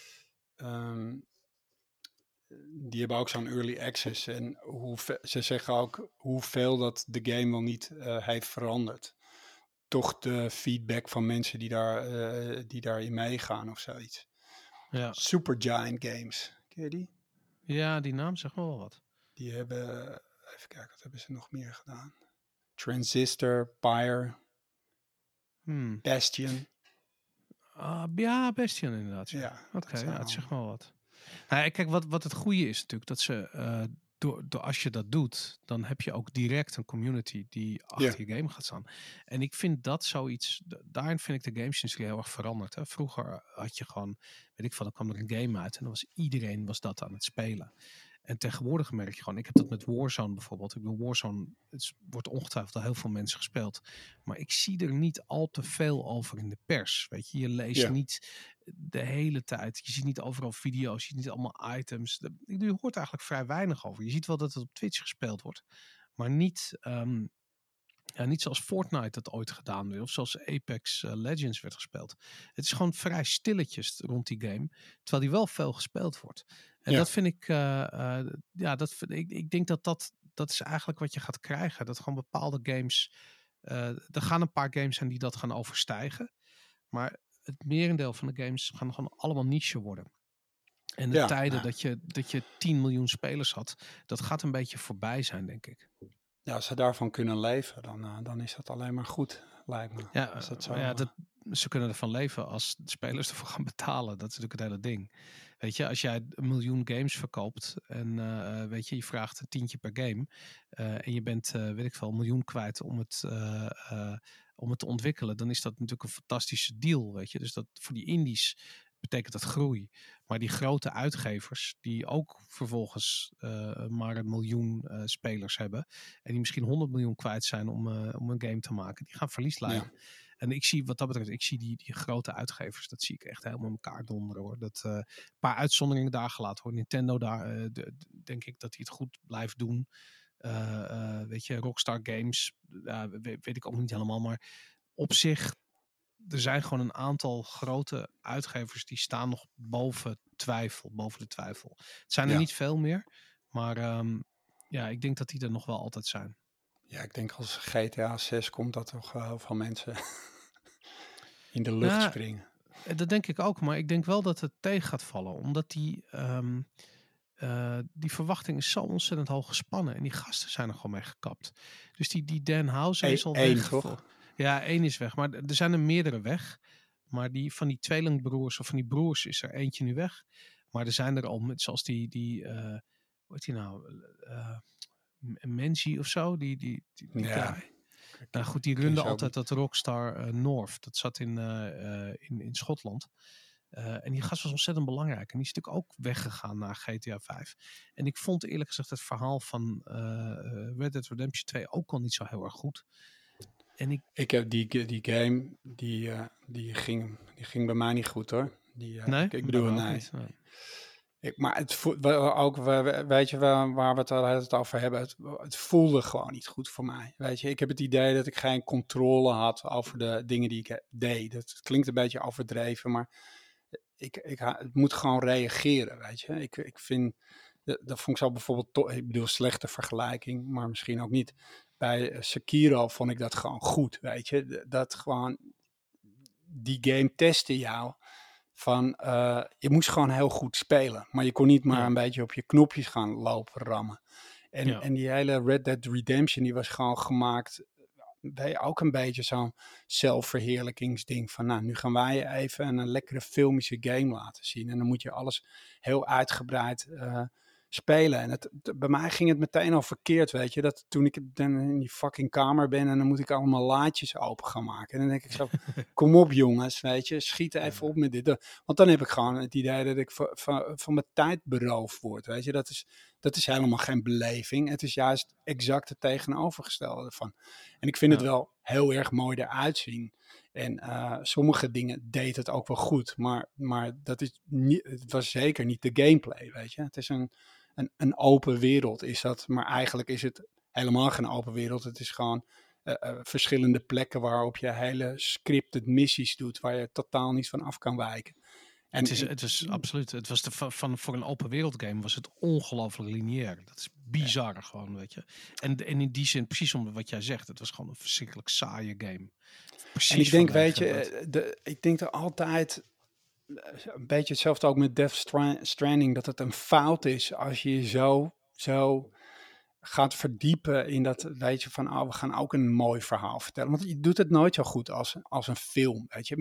Die hebben ook zo'n early access. En ze zeggen ook hoeveel dat de game wel niet heeft veranderd. Toch de feedback van mensen die daarin meegaan of zoiets. Ja. Supergiant Games. Ken je die? Ja, die naam zegt me wel wat. Die hebben, even kijken, wat hebben ze nog meer gedaan? Transistor, Pyre, Bastion. Ja, Bastion inderdaad. Ja, Oké, het zegt me wel wat. Nou, kijk, wat het goede is natuurlijk, dat ze, door als je dat doet, dan heb je ook direct een community die achter je game gaat staan. En ik vind dat zoiets, daarin vind ik de gamesindustrie heel erg veranderd. Hè. Vroeger had je gewoon, weet ik veel, dan kwam er een game uit en dan was iedereen dat aan het spelen. En tegenwoordig merk je gewoon, ik heb dat met Warzone bijvoorbeeld. Ik bedoel, Warzone, het wordt ongetwijfeld door heel veel mensen gespeeld. Maar ik zie er niet al te veel over in de pers. Weet je, je leest niet de hele tijd. Je ziet niet overal video's, je ziet niet allemaal items. Je hoort eigenlijk vrij weinig over. Je ziet wel dat het op Twitch gespeeld wordt. Maar niet, niet zoals Fortnite dat ooit gedaan werd. Of zoals Apex Legends werd gespeeld. Het is gewoon vrij stilletjes rond die game. Terwijl die wel veel gespeeld wordt. En dat vind ik, ik denk dat is eigenlijk wat je gaat krijgen. Dat gewoon bepaalde games, er gaan een paar games zijn die dat gaan overstijgen. Maar het merendeel van de games gaan gewoon allemaal niche worden. En de tijden dat je 10 miljoen spelers had, dat gaat een beetje voorbij zijn, denk ik. Ja, als ze daarvan kunnen leven, dan is dat alleen maar goed, lijkt me. Ja, ze kunnen ervan leven als de spelers ervoor gaan betalen. Dat is natuurlijk het hele ding. Weet je, als jij 1 miljoen games verkoopt en weet je, je vraagt een tientje per game en je bent, weet ik veel, 1 miljoen kwijt om het te ontwikkelen, dan is dat natuurlijk een fantastische deal, weet je. Dus dat voor die indies betekent dat groei. Maar die grote uitgevers, die ook vervolgens maar 1 miljoen spelers hebben en die misschien 100 miljoen kwijt zijn om een game te maken, die gaan verlies lijden. Ja. En ik zie wat dat betreft, die grote uitgevers, dat zie ik echt helemaal in elkaar donderen, hoor. Dat een paar uitzonderingen daar gelaten, hoor. Nintendo daar, denk ik dat hij het goed blijft doen. Weet je, Rockstar Games, weet ik ook niet helemaal, maar op zich, er zijn gewoon een aantal grote uitgevers die staan nog boven de twijfel. Het zijn er niet veel meer, maar ik denk dat die er nog wel altijd zijn. Ja, ik denk als GTA 6 komt dat toch heel veel mensen in de lucht springen. Dat denk ik ook, maar ik denk wel dat het tegen gaat vallen, omdat die verwachting is zo ontzettend hoog gespannen en die gasten zijn er gewoon mee gekapt. Dus die Dan Houser is al weg. Toch? Ja, 1 is weg, maar er zijn er meerdere weg. Maar die van die tweelingbroers of van die broers is er eentje nu weg. Maar er zijn er al, zoals hoe heet die nou? Menzie of zo, die guy. Nou goed, die runde altijd dat Rockstar North. Dat zat in Schotland. En die gast was ontzettend belangrijk. En die is natuurlijk ook weggegaan naar GTA 5. En ik vond eerlijk gezegd het verhaal van Red Dead Redemption 2 ook al niet zo heel erg goed. En ik heb die game, die ging bij mij niet goed, hoor. Nee? Ik bedoel, nee. Niet, nee. Maar ook, weet je waar we het over hebben, het voelde gewoon niet goed voor mij. Weet je, ik heb het idee dat ik geen controle had over de dingen die ik deed. Dat klinkt een beetje overdreven, maar het moet gewoon reageren, weet je. Ik vind, dat vond ik zo bijvoorbeeld, ik bedoel, slechte vergelijking, maar misschien ook niet. Bij Sekiro vond ik dat gewoon goed, weet je. Dat gewoon, die game testte jou van, je moest gewoon heel goed spelen. Maar je kon niet maar een beetje op je knopjes gaan lopen rammen. En die hele Red Dead Redemption, die was gewoon gemaakt, ook een beetje zo'n zelfverheerlijkingsding van, nou, nu gaan wij even een lekkere filmische game laten zien. En dan moet je alles heel uitgebreid spelen. En bij mij ging het meteen al verkeerd, weet je. Dat toen ik dan in die fucking kamer ben en dan moet ik allemaal laadjes open gaan maken. En dan denk ik zo, kom op jongens, weet je. Schiet even op met dit. Want dan heb ik gewoon het idee dat ik van mijn tijd beroofd word, weet je. Dat is helemaal geen beleving. Het is juist exact het tegenovergestelde ervan. En ik vind het wel heel erg mooi eruit zien. En sommige dingen deed het ook wel goed, maar het was zeker niet de gameplay, weet je. Het is een open wereld, is dat, maar eigenlijk is het helemaal geen open wereld. Het is gewoon verschillende plekken waarop je hele scripted missies doet, waar je totaal niet van af kan wijken. Het is absoluut. Het was voor een open wereld game was het ongelooflijk lineair. Dat is bizar gewoon, weet je. En in die zin, precies om wat jij zegt, het was gewoon een verschrikkelijk saaie game. Precies. En ik denk, weet je, ik denk er altijd een beetje hetzelfde ook met Death Stranding, dat het een fout is als je zo gaat verdiepen in dat, weet je, van we gaan ook een mooi verhaal vertellen. Want je doet het nooit zo goed als een film, weet je,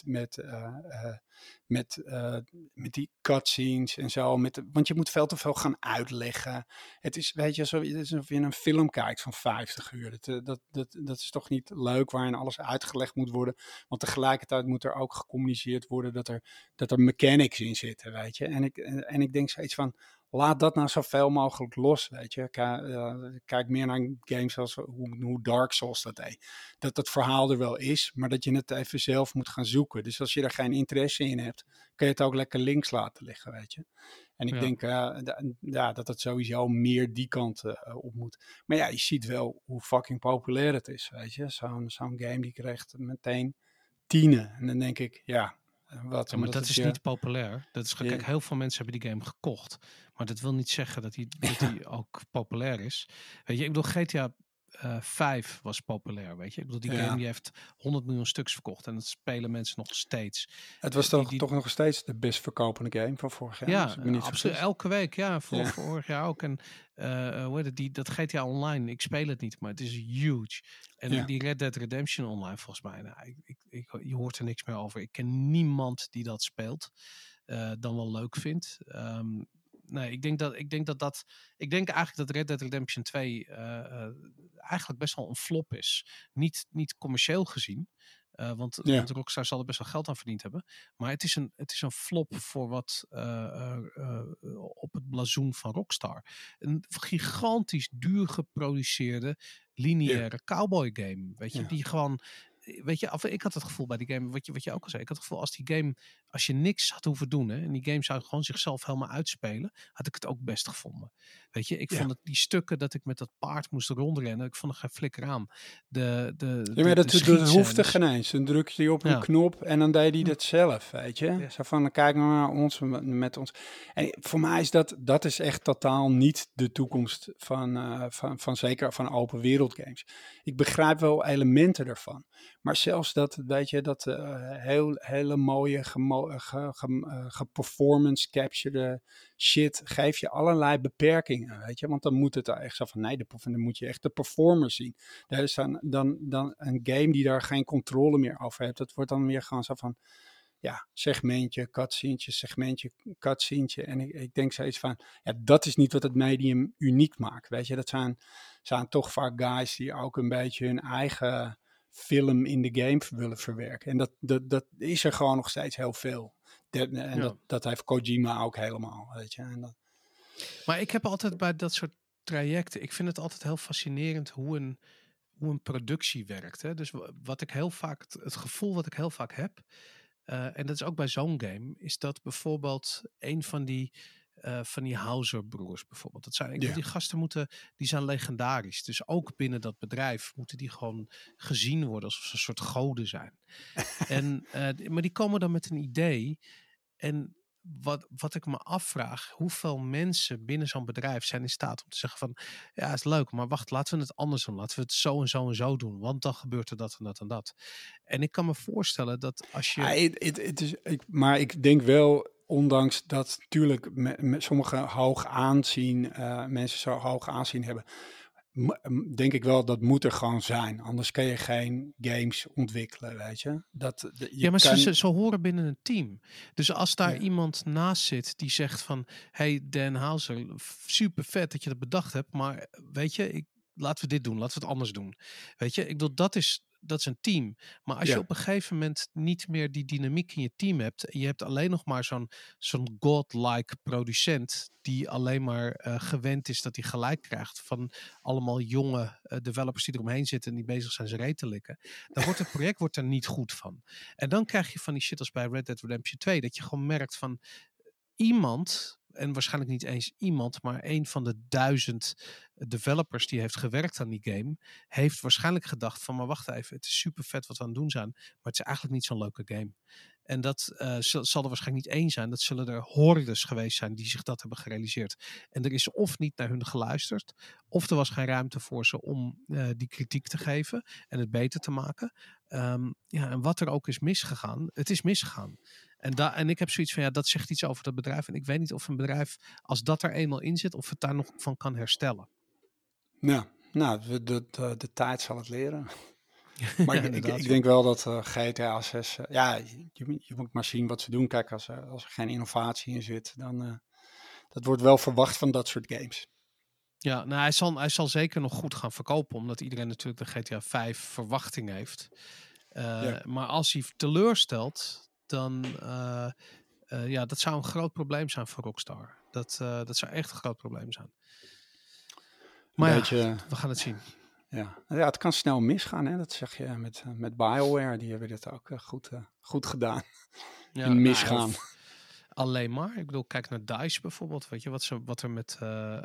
met die cutscenes en zo. Want je moet veel te veel gaan uitleggen. Het is, weet je, alsof je een film kijkt van 50 uur. Dat is toch niet leuk waarin alles uitgelegd moet worden. Want tegelijkertijd moet er ook gecommuniceerd worden dat er mechanics in zitten, weet je. En ik denk steeds van, laat dat nou zoveel mogelijk los, weet je. Kijk meer naar games zoals hoe Dark Souls dat deed. Dat het verhaal er wel is, maar dat je het even zelf moet gaan zoeken. Dus als je er geen interesse in hebt, kun je het ook lekker links laten liggen, weet je. En ik denk dat het sowieso meer die kant op moet. Maar ja, je ziet wel hoe fucking populair het is, weet je. Zo'n game die krijgt meteen 10. En dan denk ik, maar dat is niet populair. Dat is, kijk, heel veel mensen hebben die game gekocht. Maar dat wil niet zeggen dat die ook populair is. Weet je, ik bedoel, GTA 5 was populair, weet je. Ik bedoel, die game die heeft 100 miljoen stuks verkocht. En dat spelen mensen nog steeds. Het was toch nog steeds de best verkopende game van vorig jaar? Ja, absoluut. Elke week, vorig jaar ook. En hoe heet het, dat GTA Online, ik speel het niet, maar het is huge. En die Red Dead Redemption Online, volgens mij, je hoort er niks meer over. Ik ken niemand die dat speelt, dan wel leuk vindt. Nee, ik denk eigenlijk dat Red Dead Redemption 2 eigenlijk best wel een flop is. Niet commercieel gezien. Want Rockstar zal er best wel geld aan verdiend hebben. Maar het is een flop voor wat op het blazoen van Rockstar. Een gigantisch duur geproduceerde lineaire cowboy game. Weet je, die gewoon... Weet je, ik had het gevoel bij die game, wat je ook al zei. Ik had het gevoel als je niks had hoeven doen, hè, en die game zou gewoon zichzelf helemaal uitspelen, had ik het ook best gevonden. Weet je, ik vond het die stukken dat ik met dat paard moest rondrennen, ik vond er geen flikker aan. Dat hoefde geen eens. Dan druk je op een knop en dan deed hij dat zelf, weet je. Ja. Zo van, kijk maar naar ons, met ons. En voor mij is dat is echt totaal niet de toekomst van zeker van open wereld games. Ik begrijp wel elementen ervan. Maar zelfs dat, weet je, dat hele mooie geperformance capture shit geeft je allerlei beperkingen, weet je. Want dan moet het echt zo van, dan moet je echt de performers zien. Er is dan een game die daar geen controle meer over heeft. Dat wordt dan weer gewoon zo van, segmentje, cutsceentje. En ik denk steeds van, dat is niet wat het medium uniek maakt, weet je. Dat zijn toch vaak guys die ook een beetje hun eigen film in de game willen verwerken. En dat is er gewoon nog steeds heel veel. Dat heeft Kojima ook helemaal, weet je. Maar ik heb altijd bij dat soort trajecten, ik vind het altijd heel fascinerend hoe een productie werkt. Hè? Dus wat ik heel vaak, het gevoel wat ik heel vaak heb, en dat is ook bij zo'n game, is dat bijvoorbeeld een van die Houser-broers bijvoorbeeld. Dat zijn, die gasten die zijn legendarisch. Dus ook binnen dat bedrijf moeten die gewoon gezien worden alsof ze een soort goden zijn. Maar die komen dan met een idee. En wat ik me afvraag, hoeveel mensen binnen zo'n bedrijf zijn in staat om te zeggen van, ja, is leuk, maar wacht, laten we het anders doen. Laten we het zo en zo en zo doen, want dan gebeurt er dat en dat en dat. En ik kan me voorstellen dat als je... Maar ik denk wel, ondanks dat natuurlijk met sommige mensen zo hoog aanzien hebben, denk ik wel, dat moet er gewoon zijn. Anders kan je geen games ontwikkelen, weet je. Maar ze horen binnen een team. Dus als daar iemand naast zit die zegt van, hey Dan Houser, super vet dat je dat bedacht hebt, maar weet je, laten we dit doen, laten we het anders doen. Weet je, ik bedoel, dat is een team. Maar als je op een gegeven moment niet meer die dynamiek in je team hebt. En je hebt alleen nog maar zo'n godlike producent. Die alleen maar gewend is dat hij gelijk krijgt. Van allemaal jonge developers die eromheen zitten. En die bezig zijn zijn reet te likken. Dan wordt het project er niet goed van. En dan krijg je van die shit als bij Red Dead Redemption 2. Dat je gewoon merkt van iemand, en waarschijnlijk niet eens iemand, maar een van de 1000 developers die heeft gewerkt aan die game, heeft waarschijnlijk gedacht van, maar wacht even, het is super vet wat we aan het doen zijn, maar het is eigenlijk niet zo'n leuke game. En dat zal er waarschijnlijk niet één zijn. Dat zullen er hordes geweest zijn die zich dat hebben gerealiseerd. En er is of niet naar hun geluisterd, of er was geen ruimte voor ze om die kritiek te geven en het beter te maken. En wat er ook is misgegaan, het is misgegaan. En ik heb zoiets van, dat zegt iets over dat bedrijf. En ik weet niet of een bedrijf, als dat er eenmaal in zit, of het daar nog van kan herstellen. Ja, nou, de tijd zal het leren. Maar ik denk wel dat GTA 6, je moet maar zien wat ze doen. Kijk, als er geen innovatie in zit, dan dat wordt wel verwacht van dat soort games. Ja, nou, hij zal zeker nog goed gaan verkopen, omdat iedereen natuurlijk de GTA 5 verwachting heeft. Maar als hij teleurstelt, dan dat zou een groot probleem zijn voor Rockstar. Dat zou echt een groot probleem zijn. Maar we gaan het zien. Ja, het kan snel misgaan. Hè? Dat zeg je met BioWare. Die hebben dit ook goed gedaan. Ja, in misgaan. Nou, alleen maar. Ik bedoel, kijk naar DICE bijvoorbeeld. Weet je, wat er met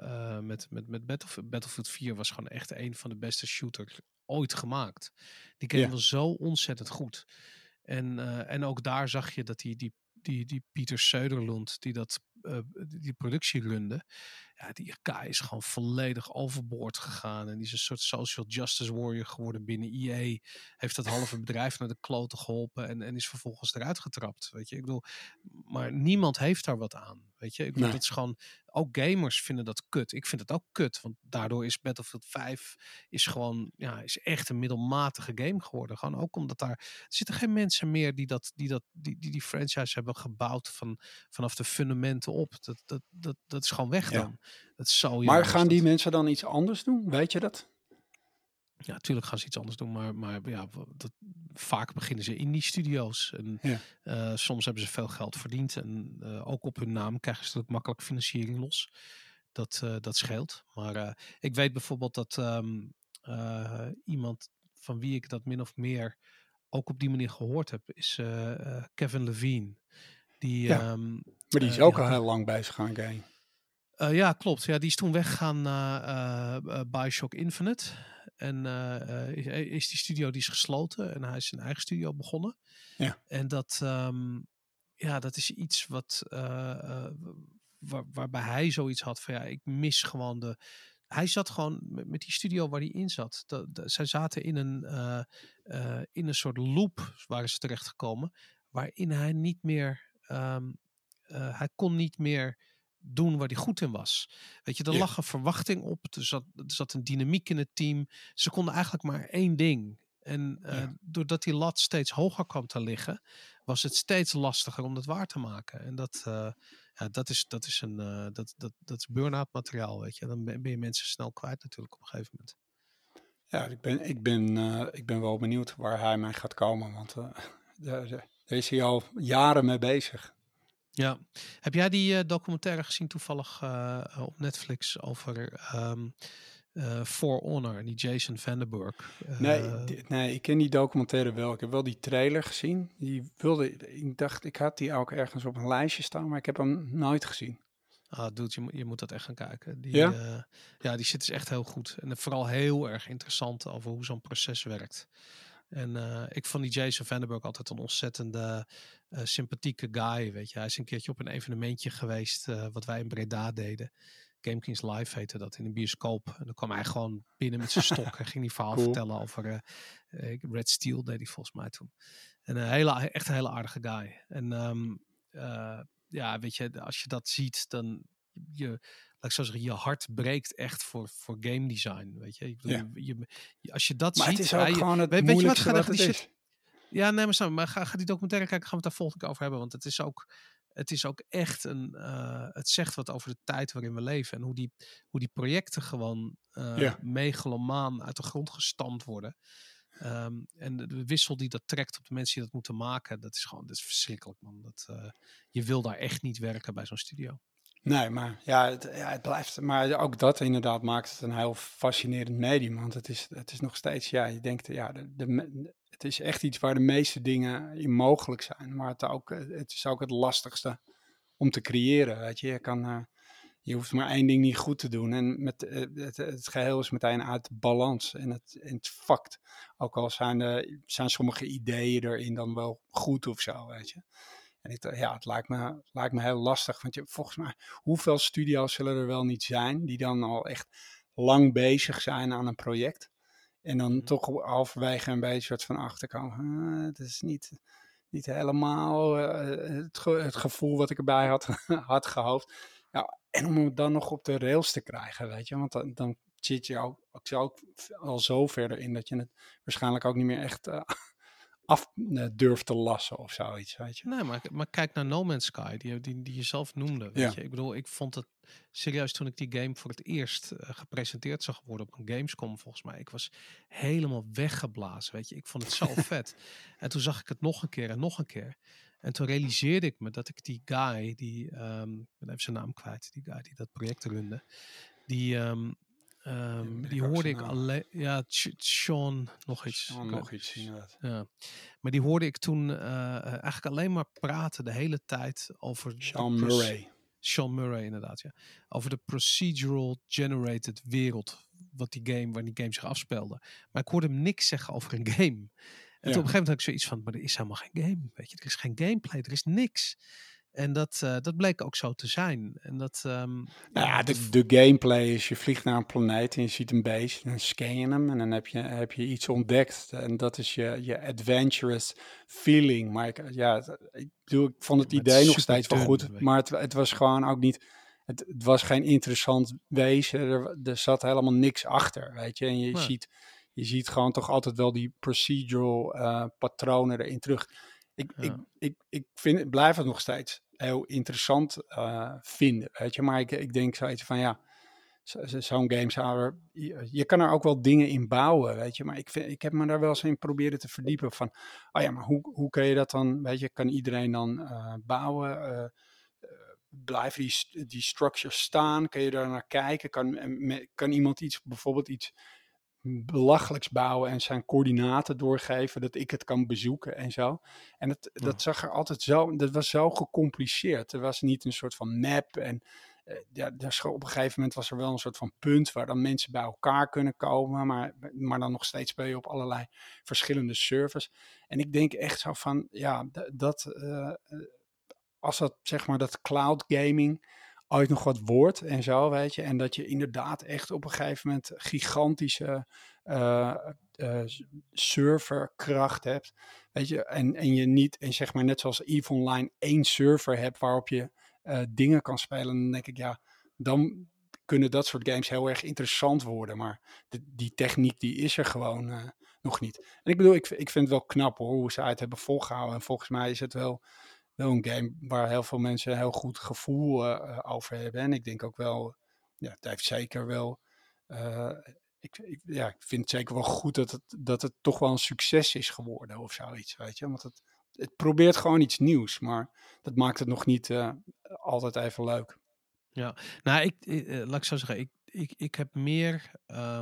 Battlefield 4 was gewoon echt een van de beste shooters ooit gemaakt. Die game was zo ontzettend goed. En ook daar zag je dat die Pieter Söderlund, die productie runde, die guy is gewoon volledig overboord gegaan. En die is een soort social justice warrior geworden binnen EA. Heeft dat halve bedrijf naar de kloten geholpen en is vervolgens eruit getrapt. Weet je, ik bedoel, maar niemand heeft daar wat aan. Weet je, ik bedoel, dat is gewoon, ook gamers vinden dat kut. Ik vind het ook kut, want daardoor is Battlefield 5 is echt een middelmatige game geworden. Gewoon ook omdat er zitten geen mensen meer die franchise hebben gebouwd vanaf de fundamenten op. Dat is gewoon weg dan. Dat is zo maar gaan die mensen dan iets anders doen? Weet je dat? Ja, natuurlijk gaan ze iets anders doen, maar vaak beginnen ze in die studio's. En soms hebben ze veel geld verdiend en ook op hun naam krijgen ze natuurlijk makkelijk financiering los. Dat scheelt. Maar ik weet bijvoorbeeld dat iemand van wie ik dat min of meer ook op die manier gehoord heb, is Kevin Levine. Maar die is ook al heel lang bezig aan game. Ja, klopt. Ja, die is toen weggegaan naar Bioshock Infinite. En is die studio die is gesloten. En hij is zijn eigen studio begonnen. Ja. En dat is iets wat waarbij hij zoiets had van ik mis gewoon hij zat gewoon met die studio waar hij in zat. Zij zaten in een soort loop waren ze terechtgekomen. Waarin hij niet meer hij kon niet meer doen waar hij goed in was. Weet je, er lag een verwachting op. Er zat een dynamiek in het team. Ze konden eigenlijk maar één ding. En doordat die lat steeds hoger kwam te liggen, was het steeds lastiger om dat waar te maken. En dat is burn-out materiaal, weet je. Dan ben je mensen snel kwijt natuurlijk op een gegeven moment. Ja, ik ben wel benieuwd waar hij mee gaat komen, want daar is hij al jaren mee bezig. Ja. Heb jij die documentaire gezien toevallig op Netflix over For Honor en die Jason Vanderburg? Nee, ik ken die documentaire wel. Ik heb wel die trailer gezien. Ik dacht, ik had die ook ergens op een lijstje staan, maar ik heb hem nooit gezien. Dude, je moet dat echt gaan kijken. Die shit is echt heel goed. En vooral heel erg interessant over hoe zo'n proces werkt. En ik vond die Jason Vanderburg altijd een ontzettende sympathieke guy, weet je. Hij is een keertje op een evenementje geweest wat wij in Breda deden. Game Kings Live heette dat, in een bioscoop. En dan kwam hij gewoon binnen met zijn stok en ging die verhaal vertellen over Red Steel, deed hij volgens mij toen. En echt een hele aardige guy. En weet je, als je dat ziet, dan laat ik zo zeggen, je hart breekt echt voor game design, weet je. Als je dat maar ziet... het is ook gewoon het moeilijkste wat het is. Ja, nee, maar ga die documentaire kijken, gaan we het daar volgende keer over hebben. Want het is ook echt het zegt wat over de tijd waarin we leven. En hoe die projecten gewoon megalomaan uit de grond gestampt worden. En de wissel die dat trekt op de mensen die dat moeten maken, dat is verschrikkelijk, man. Je wil daar echt niet werken bij zo'n studio. Nee, maar ja, het blijft. Maar ook dat inderdaad maakt het een heel fascinerend medium. Want het is nog steeds, ja, je denkt, ja, het is echt iets waar de meeste dingen in mogelijk zijn. Maar het is ook het lastigste om te creëren. Weet je, je hoeft maar één ding niet goed te doen. En het geheel is meteen uit de balans. En het fakt. Ook al zijn sommige ideeën erin dan wel goed of zo, weet je. En het lijkt me heel lastig. Want volgens mij, hoeveel studio's zullen er wel niet zijn die dan al echt lang bezig zijn aan een project. En dan toch halverwege een beetje soort van achterkomen. Het is niet helemaal het gevoel wat ik erbij had gehoopt. Ja, en om het dan nog op de rails te krijgen, weet je. Want dan zit je ook al zo verder in dat je het waarschijnlijk ook niet meer echt af durft te lassen of zoiets, weet je. Nee, maar kijk naar No Man's Sky, die je zelf noemde. Weet je? Ik bedoel, ik vond het serieus toen ik die game voor het eerst gepresenteerd zag worden op een Gamescom, volgens mij. Ik was helemaal weggeblazen, weet je. Ik vond het zo vet. En toen zag ik het nog een keer en nog een keer. En toen realiseerde ik me dat ik die guy, ik ben even zijn naam kwijt, die guy die dat project runde, die hoorde ik alleen. Ja, Sean nog iets. Sean nog iets, inderdaad. Ja. Maar die hoorde ik toen eigenlijk alleen maar praten de hele tijd over... Sean Murray, inderdaad, ja. Over de procedural generated wereld waar die game zich afspeelde. Maar ik hoorde hem niks zeggen over een game. En toen op een gegeven moment had ik zoiets van, maar er is helemaal geen game. Weet je, er is geen gameplay, er is niks. En dat bleek ook zo te zijn. En de gameplay is, je vliegt naar een planeet en je ziet een beest. En dan scan je hem en dan heb je iets ontdekt. En dat is je adventurous feeling. Maar ik vond het idee nog steeds wel goed. Maar het was gewoon ook niet... Het was geen interessant wezen. Er zat helemaal niks achter, weet je. En je ziet gewoon toch altijd wel die procedural patronen erin terug. Ik blijf het nog steeds heel interessant vinden, weet je. Maar ik denk zoiets van, ja, zo'n game zou er... Je kan er ook wel dingen in bouwen, weet je. Maar ik heb me daar wel eens in proberen te verdiepen van... Oh ja, maar hoe kun je dat dan... Weet je, kan iedereen dan bouwen? Blijven die structures staan? Kun je daar naar kijken? Kan iemand bijvoorbeeld iets belachelijks bouwen en zijn coördinaten doorgeven, dat ik het kan bezoeken en zo. En dat zag er altijd dat was zo gecompliceerd. Er was niet een soort van map en op een gegeven moment was er wel een soort van punt waar dan mensen bij elkaar kunnen komen, maar dan nog steeds speel je op allerlei verschillende servers. En ik denk echt zo van, ja, als dat, zeg maar, dat cloud gaming ooit nog wat wordt en zo, weet je. En dat je inderdaad echt op een gegeven moment gigantische serverkracht hebt, weet je. En je niet, en zeg maar net zoals EVE Online, één server hebt waarop je dingen kan spelen. Dan denk ik, ja, dan kunnen dat soort games heel erg interessant worden. Maar die techniek, die is er gewoon nog niet. En ik bedoel, ik vind het wel knap hoor, hoe ze het hebben volgehouden. En volgens mij is het wel een game waar heel veel mensen een heel goed gevoel over hebben. En ik denk ook wel, ja, het heeft zeker wel... ik vind het zeker wel goed dat het toch wel een succes is geworden of zoiets, weet je. Want het probeert gewoon iets nieuws, maar dat maakt het nog niet altijd even leuk. Ja, nou, laat ik zo zeggen, ik heb meer...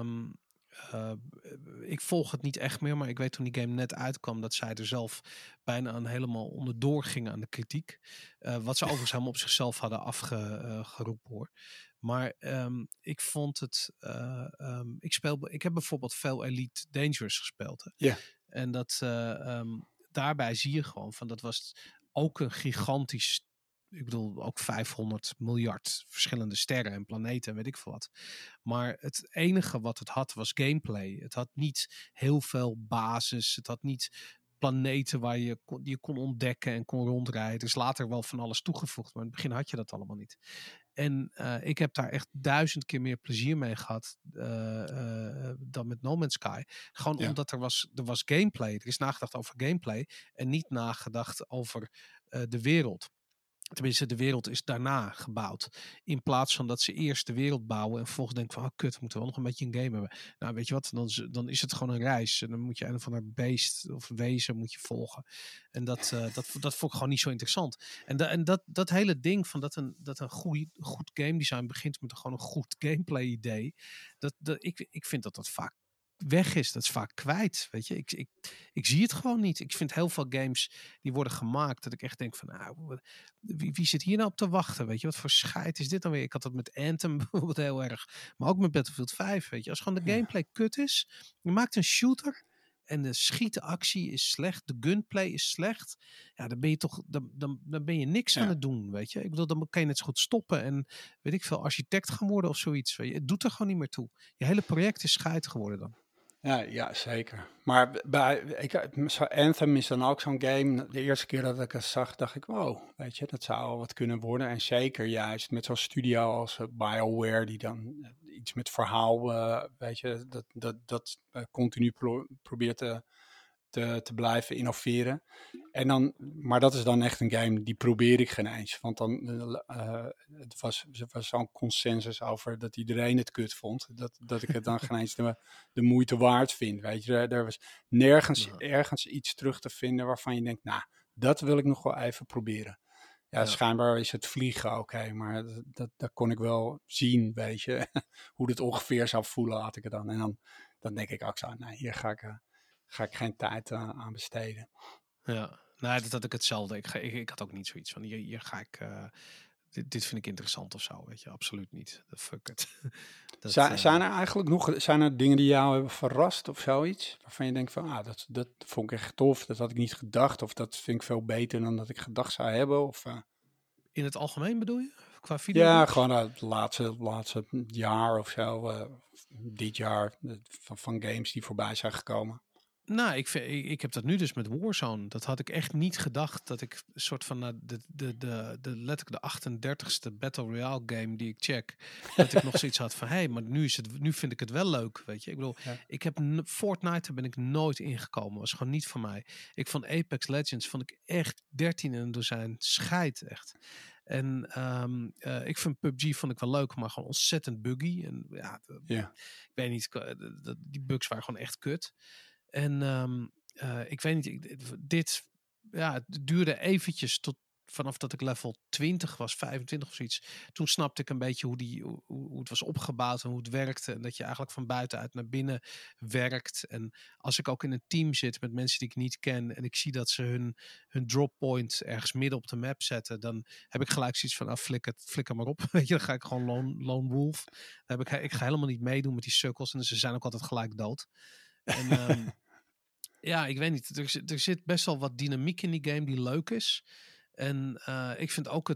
ik volg het niet echt meer, maar ik weet toen die game net uitkwam dat zij er zelf bijna aan helemaal onderdoor gingen aan de kritiek. Wat ze overigens helemaal op zichzelf hadden afgeroepen hoor. Maar ik vond het... ik heb bijvoorbeeld veel Elite Dangerous gespeeld. Hè? Ja. En daarbij zie je gewoon van dat was ook een gigantisch... Ik bedoel, ook 500 miljard verschillende sterren en planeten en weet ik veel wat. Maar het enige wat het had was gameplay. Het had niet heel veel basis. Het had niet planeten waar je kon ontdekken en kon rondrijden. Er is later wel van alles toegevoegd, maar in het begin had je dat allemaal niet. En ik heb daar echt 1000 keer meer plezier mee gehad dan met No Man's Sky. Gewoon omdat er was gameplay. Er is nagedacht over gameplay en niet nagedacht over de wereld. Tenminste, de wereld is daarna gebouwd. In plaats van dat ze eerst de wereld bouwen en vervolgens denken van, oh kut, we moeten wel nog een beetje een game hebben. Nou, weet je wat, dan is het gewoon een reis. En dan moet je een of ander beest of wezen moet je volgen. En dat vond ik gewoon niet zo interessant. En dat hele ding van dat een goed game design begint met gewoon een goed gameplay idee. Ik vind dat vaak weg is. Dat is vaak kwijt, weet je. Ik zie het gewoon niet. Ik vind heel veel games die worden gemaakt dat ik echt denk van, nou, wie zit hier nou op te wachten, weet je. Wat voor scheid is dit dan weer? Ik had dat met Anthem bijvoorbeeld heel erg. Maar ook met Battlefield 5, weet je. Als gewoon de gameplay kut is, je maakt een shooter en de schietenactie is slecht, de gunplay is slecht, ja, dan ben je toch, dan ben je niks aan het doen, weet je. Ik bedoel, dan kan je net zo goed stoppen en weet ik veel, architect gaan worden of zoiets. Weet je. Het doet er gewoon niet meer toe. Je hele project is scheid geworden dan. Ja, zeker. Maar Anthem is dan ook zo'n game. De eerste keer dat ik het zag, dacht ik, wow, weet je, dat zou wel wat kunnen worden. En zeker juist met zo'n studio als BioWare, die dan iets met verhaal, weet je, dat continu probeert te blijven innoveren. En dan, maar dat is dan echt een game, die probeer ik geen eens. Want dan, het was zo'n consensus over dat iedereen het kut vond. Dat ik het dan geen eens de moeite waard vind. Weet je, er was nergens ergens iets terug te vinden waarvan je denkt, nou, dat wil ik nog wel even proberen. Ja, schijnbaar is het vliegen oké, maar dat kon ik wel zien, weet je. Hoe het ongeveer zou voelen, had ik het dan. En dan denk ik ook zo, nee, hier ga ik geen tijd aan besteden. Ja, nee, dat had ik hetzelfde. Ik had ook niet zoiets van, hier ga ik, dit vind ik interessant of zo, weet je. Absoluut niet. Fuck it. Zijn er eigenlijk zijn er dingen die jou hebben verrast of zoiets? Waarvan je denkt van, dat vond ik echt tof, dat had ik niet gedacht. Of dat vind ik veel beter dan dat ik gedacht zou hebben. Of, In het algemeen bedoel je? Qua ja, videogames? gewoon het laatste jaar of zo. Dit jaar van games die voorbij zijn gekomen. Nou, ik heb dat nu dus met Warzone. Dat had ik echt niet gedacht. Dat ik een soort van letterlijk de 38ste Battle Royale game die ik check. Dat ik nog zoiets had van, hé, maar nu vind ik het wel leuk, weet je. Ik bedoel, ik heb Fortnite, daar ben ik nooit ingekomen. Was gewoon niet voor mij. Ik vond Apex Legends, vond ik echt 13 in een dozijn. Scheid, echt. En ik vind PUBG vond ik wel leuk, maar gewoon ontzettend buggy. En ik weet niet, die bugs waren gewoon echt kut. En ik weet niet, het duurde eventjes tot vanaf dat ik level 20 was, 25 of zoiets. Toen snapte ik een beetje hoe het was opgebouwd en hoe het werkte. En dat je eigenlijk van buitenuit naar binnen werkt. En als ik ook in een team zit met mensen die ik niet ken en ik zie dat ze hun drop point ergens midden op de map zetten, dan heb ik gelijk zoiets van, flikker maar op. Weet je, dan ga ik gewoon lone wolf. Ik ga helemaal niet meedoen met die sukkels en ze zijn ook altijd gelijk dood. En ja, ik weet niet. Er zit best wel wat dynamiek in die game die leuk is. En ik vind ook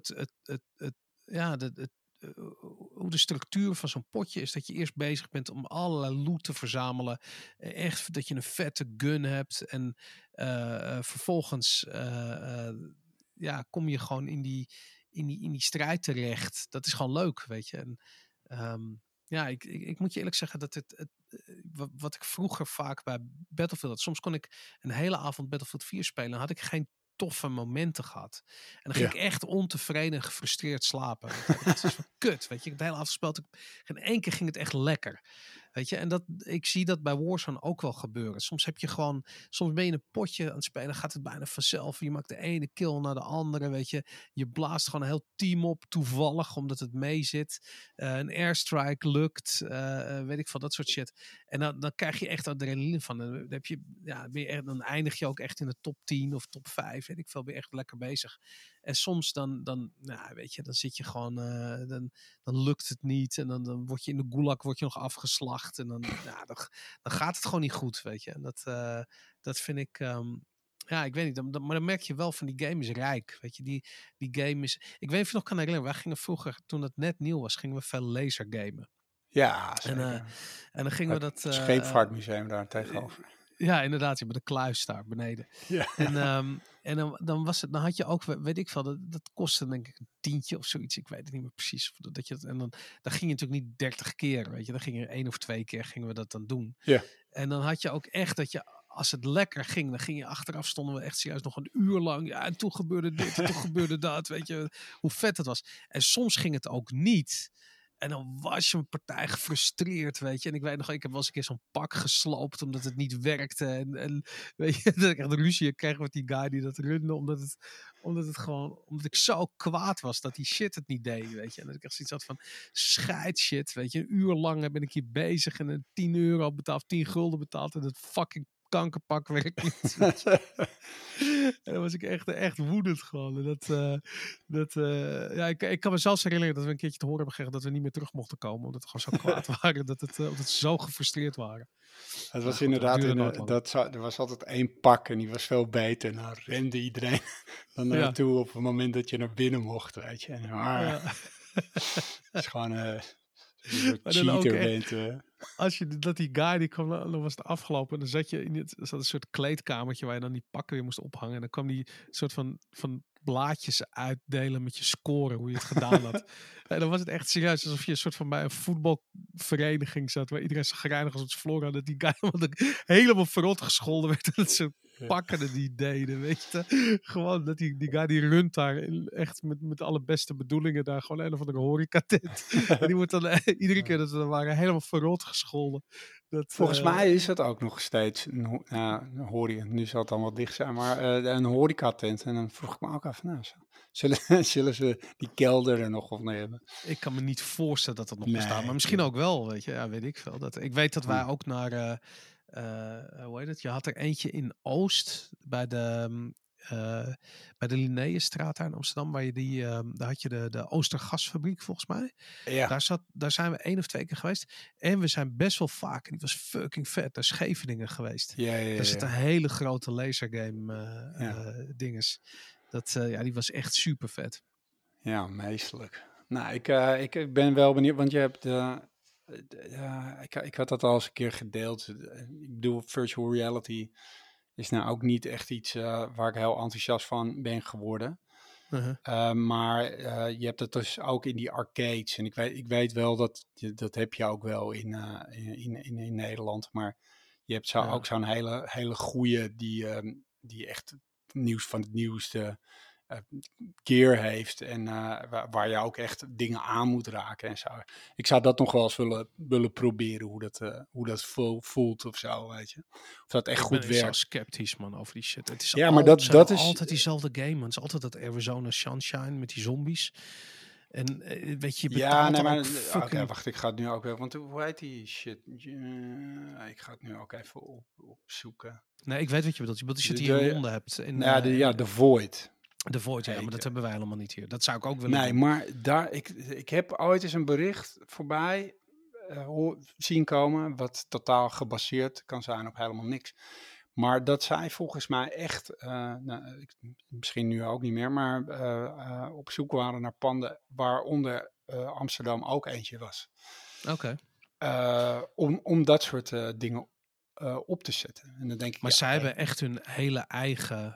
hoe de structuur van zo'n potje is. Dat je eerst bezig bent om allerlei loot te verzamelen. Echt dat je een vette gun hebt. En vervolgens kom je gewoon in die strijd terecht. Dat is gewoon leuk, weet je. En ik moet je eerlijk zeggen dat wat ik vroeger vaak bij Battlefield had. Soms kon ik een hele avond Battlefield 4 spelen en had ik geen toffe momenten gehad. En dan ging ik echt ontevreden en gefrustreerd slapen. Het is van kut, weet je. Ik heb de hele avond gespeeld. En één keer ging het echt lekker. Weet je, en ik zie dat bij Warzone ook wel gebeuren. Soms ben je een potje aan het spelen, gaat het bijna vanzelf. Je maakt de ene kill naar de andere, weet je. Je blaast gewoon een heel team op, toevallig, omdat het mee zit. Een airstrike lukt, weet ik veel, dat soort shit. En dan krijg je echt adrenaline van. Dan eindig je ook echt in de top 10 of top 5, weet ik veel, ben je echt lekker bezig. En soms dan zit je gewoon, dan lukt het niet. En dan word je in de gulag nog afgeslacht. En dan gaat het gewoon niet goed, weet je. En dat vind ik, ik weet niet. Maar dan merk je wel van die game is rijk, weet je. Die game is, ik weet niet of je nog kan herinneren. Wij gingen vroeger, toen het net nieuw was, gingen we veel laser gamen. Ja, zeker. En dan gingen we dat... Scheepvaartmuseum daar tegenover. Ja, inderdaad. Je bij de kluis daar beneden. Ja. En dan had je ook, weet ik veel, dat kostte denk ik een tientje of zoiets. Ik weet het niet meer precies. En dan ging je natuurlijk niet 30 keer, weet je. Dan ging er 1 of 2 keer gingen we dat dan doen. Ja. En dan had je ook echt dat je als het lekker ging, dan ging je achteraf, stonden we echt serieus nog een uur lang. Ja, en toen gebeurde dit, en toen gebeurde dat. Weet je, hoe vet het was. En soms ging het ook niet. En dan was je een partij gefrustreerd, weet je. En ik weet nog, ik heb wel eens een keer zo'n pak gesloopt omdat het niet werkte. En weet je, dat ik echt ruzie kreeg met die guy die dat runde. Omdat ik zo kwaad was dat die shit het niet deed, weet je. En dat ik echt zoiets had van, scheid shit, weet je. Een uur lang ben ik hier bezig en een 10 euro betaald, 10 gulden betaald. En dat fucking kankerpak werkt niet. En dan was ik echt woedend gewoon. En ik kan me zelfs herinneren dat we een keertje te horen hebben gekregen dat we niet meer terug mochten komen. Omdat we gewoon zo kwaad waren. Omdat we zo gefrustreerd waren. Het was inderdaad, er was altijd één pak en die was veel beter. En dan rende iedereen dan naartoe op het moment dat je naar binnen mocht, weet je. En, het is gewoon een cheater bent. Als je die guy die kwam, dan was het afgelopen. En dan zat je in een soort kleedkamertje waar je dan die pakken weer moest ophangen. En dan kwam die soort van blaadjes uitdelen met je score, hoe je het gedaan had. En dan was het echt serieus, alsof je een soort van bij een voetbalvereniging zat, waar iedereen zagrijnig was op zijn vloer had. Dat die guy helemaal verrot gescholden werd. Dat ze pakken die deden, weet je. Gewoon dat die guy die runt daar echt met alle beste bedoelingen daar gewoon een of andere horecatent. En die wordt dan iedere keer dat we er waren helemaal verrot gescholden. Volgens mij is het ook nog steeds nu zal het dan wat dicht zijn, maar een horecatent. En dan vroeg ik me ook af, zullen ze die kelder er nog opnemen? Ik kan me niet voorstellen dat dat nog bestaat, maar misschien ook wel, weet je. Ja, weet ik veel. Ik weet dat wij ook naar, hoe heet het? Je had er eentje in Oost, bij de Linnaeusstraat daar in Amsterdam, waar je daar had je de Oostergasfabriek volgens mij. Ja. Daar zijn we 1 of 2 keer geweest. En we zijn best wel vaak, en die was fucking vet, naar Scheveningen geweest. Daar zit een hele grote lasergame dinges. Die was echt super vet. Ja, meestelijk. Nou, ik ben wel benieuwd, want je hebt ik had dat al eens een keer gedeeld. Ik bedoel, virtual reality is nou ook niet echt iets waar ik heel enthousiast van ben geworden. Maar je hebt het dus ook in die arcades. En ik weet wel dat heb je ook wel in Nederland. Maar je hebt ook zo'n hele goede die echt nieuws van het nieuwste gear heeft. En waar je ook echt dingen aan moet raken en zo. Ik zou dat nog wel eens willen proberen, hoe dat voelt of zo, weet je. Of dat echt goed werkt. Ik ben zo sceptisch, man, over die shit. Het is dat is altijd diezelfde game, man. Het is altijd dat Arizona Sunshine met die zombies. En weet je, Oké, wacht, ik ga het nu ook even, want hoe heet die shit? Ik ga het nu ook even opzoeken. Nee, ik weet wat je bedoelt. Je bedoelt die shit die je in Londen hebt. De Void. De Void, ja, maar dat hebben wij helemaal niet hier. Dat zou ik ook willen doen. Maar ik heb ooit eens een bericht voorbij zien komen, wat totaal gebaseerd kan zijn op helemaal niks. Maar dat zij volgens mij echt, misschien nu ook niet meer, maar op zoek waren naar panden waaronder Amsterdam ook eentje was. Oké. Om dat soort dingen op te zetten. En dan denk ik, maar zij hebben echt hun hele eigen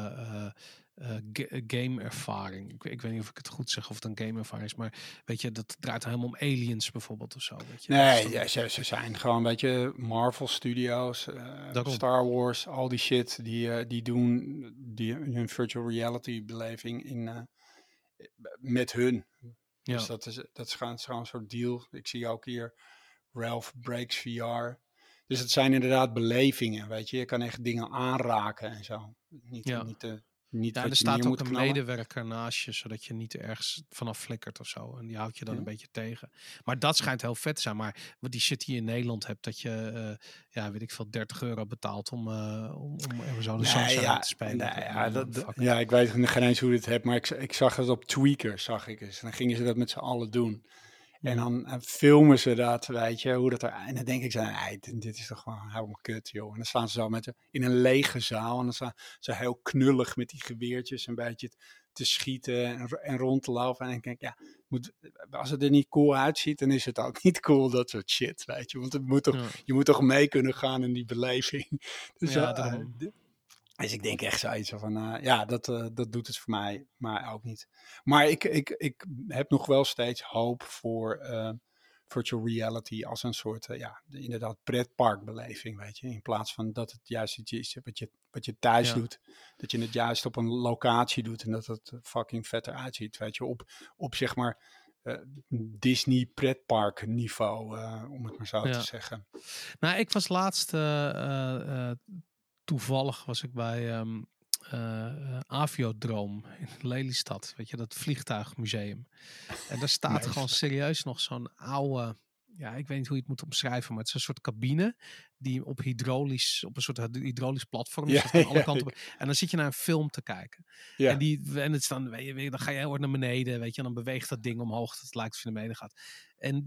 game-ervaring. Ik weet niet of ik het goed zeg of het een game-ervaring is, maar weet je, dat draait helemaal om aliens bijvoorbeeld of zo. Weet je. Nee, ze zijn gewoon, weet je, Marvel Studios, Star Wars, al die shit die doen hun virtual reality beleving met hun. Ja. Dus dat is gewoon een soort deal. Ik zie ook hier Ralph Breaks VR. Dus het zijn inderdaad belevingen, weet je. Je kan echt dingen aanraken en zo. Niet er staat ook een medewerker naast je, zodat je niet ergens vanaf flikkert of zo. En die houdt je dan een beetje tegen. Maar dat schijnt heel vet te zijn. Maar wat die shit die je in Nederland hebt, dat je, weet ik veel, €30 betaalt om zo'n Sunshine te spelen. Ik weet geen eens hoe dit hebt, maar ik zag het op Tweaker, zag ik eens. En dan gingen ze dat met z'n allen doen. En dan filmen ze dat, weet je, hoe dat er... En dan denk ik, dit is toch gewoon helemaal kut, joh. En dan staan ze zo in een lege zaal. En dan staan ze heel knullig met die geweertjes een beetje te schieten en rond te lopen. En dan denk ik, als het er niet cool uitziet, dan is het ook niet cool, dat soort shit, weet je. Want je moet toch mee kunnen gaan in die beleving. Dus dus ik denk echt zoiets van, dat doet het voor mij ook niet. Maar ik heb nog wel steeds hoop voor virtual reality als een soort, inderdaad pretparkbeleving, weet je. In plaats van dat het juist iets is wat je thuis doet. Dat je het juist op een locatie doet en dat het fucking vet eruit ziet, weet je. Op zeg maar Disney pretpark niveau, om het maar zo te zeggen. Nou, ik was laatst, toevallig was ik bij Aviodroom in Lelystad. Weet je, dat vliegtuigmuseum. En daar staat gewoon serieus nog zo'n oude... Ja, ik weet niet hoe je het moet omschrijven, maar het is een soort cabine die op een soort hydraulisch platform is. Alle kanten op, en dan zit je naar een film te kijken. Ja. En het is dan, dan ga je heel hard naar beneden, weet je, en dan beweegt dat ding omhoog, dat het lijkt of je naar beneden gaat. En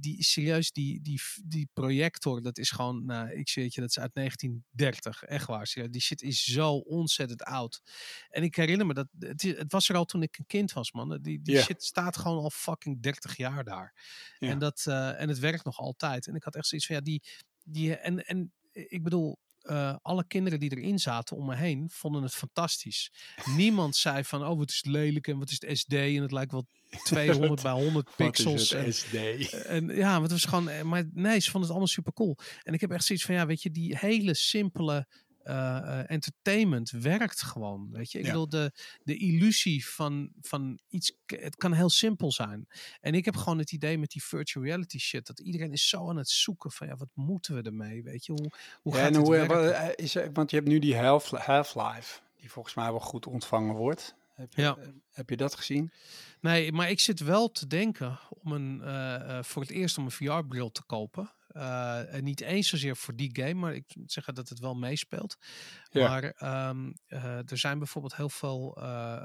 die projector, dat is gewoon, ik zie het je, dat is uit 1930, echt waar. Die shit is zo ontzettend oud. En ik herinner me dat, het was er al toen ik een kind was, man. Die shit staat gewoon al fucking 30 jaar daar. Ja. En het werkt nog altijd. En ik had echt zoiets van, en ik bedoel, alle kinderen die erin zaten om me heen vonden het fantastisch. Niemand zei van, oh, wat is het lelijk en wat is het SD en het lijkt wel 200 bij 100 pixels. Wat is het SD? En ja, het was gewoon, maar nee, ze vonden het allemaal super cool. En ik heb echt zoiets van, weet je, die hele simpele entertainment werkt gewoon, weet je. Ik bedoel, de illusie van iets, het kan heel simpel zijn. En ik heb gewoon het idee met die virtual reality shit, dat iedereen is zo aan het zoeken van, wat moeten we ermee, weet je. Hoe gaat het werken? Want je hebt nu die Half-Life, die volgens mij wel goed ontvangen wordt. Heb je dat gezien? Nee, maar ik zit wel te denken om voor het eerst om een VR-bril te kopen. En niet eens zozeer voor die game, maar ik moet zeggen dat het wel meespeelt. Ja. Maar er zijn bijvoorbeeld heel veel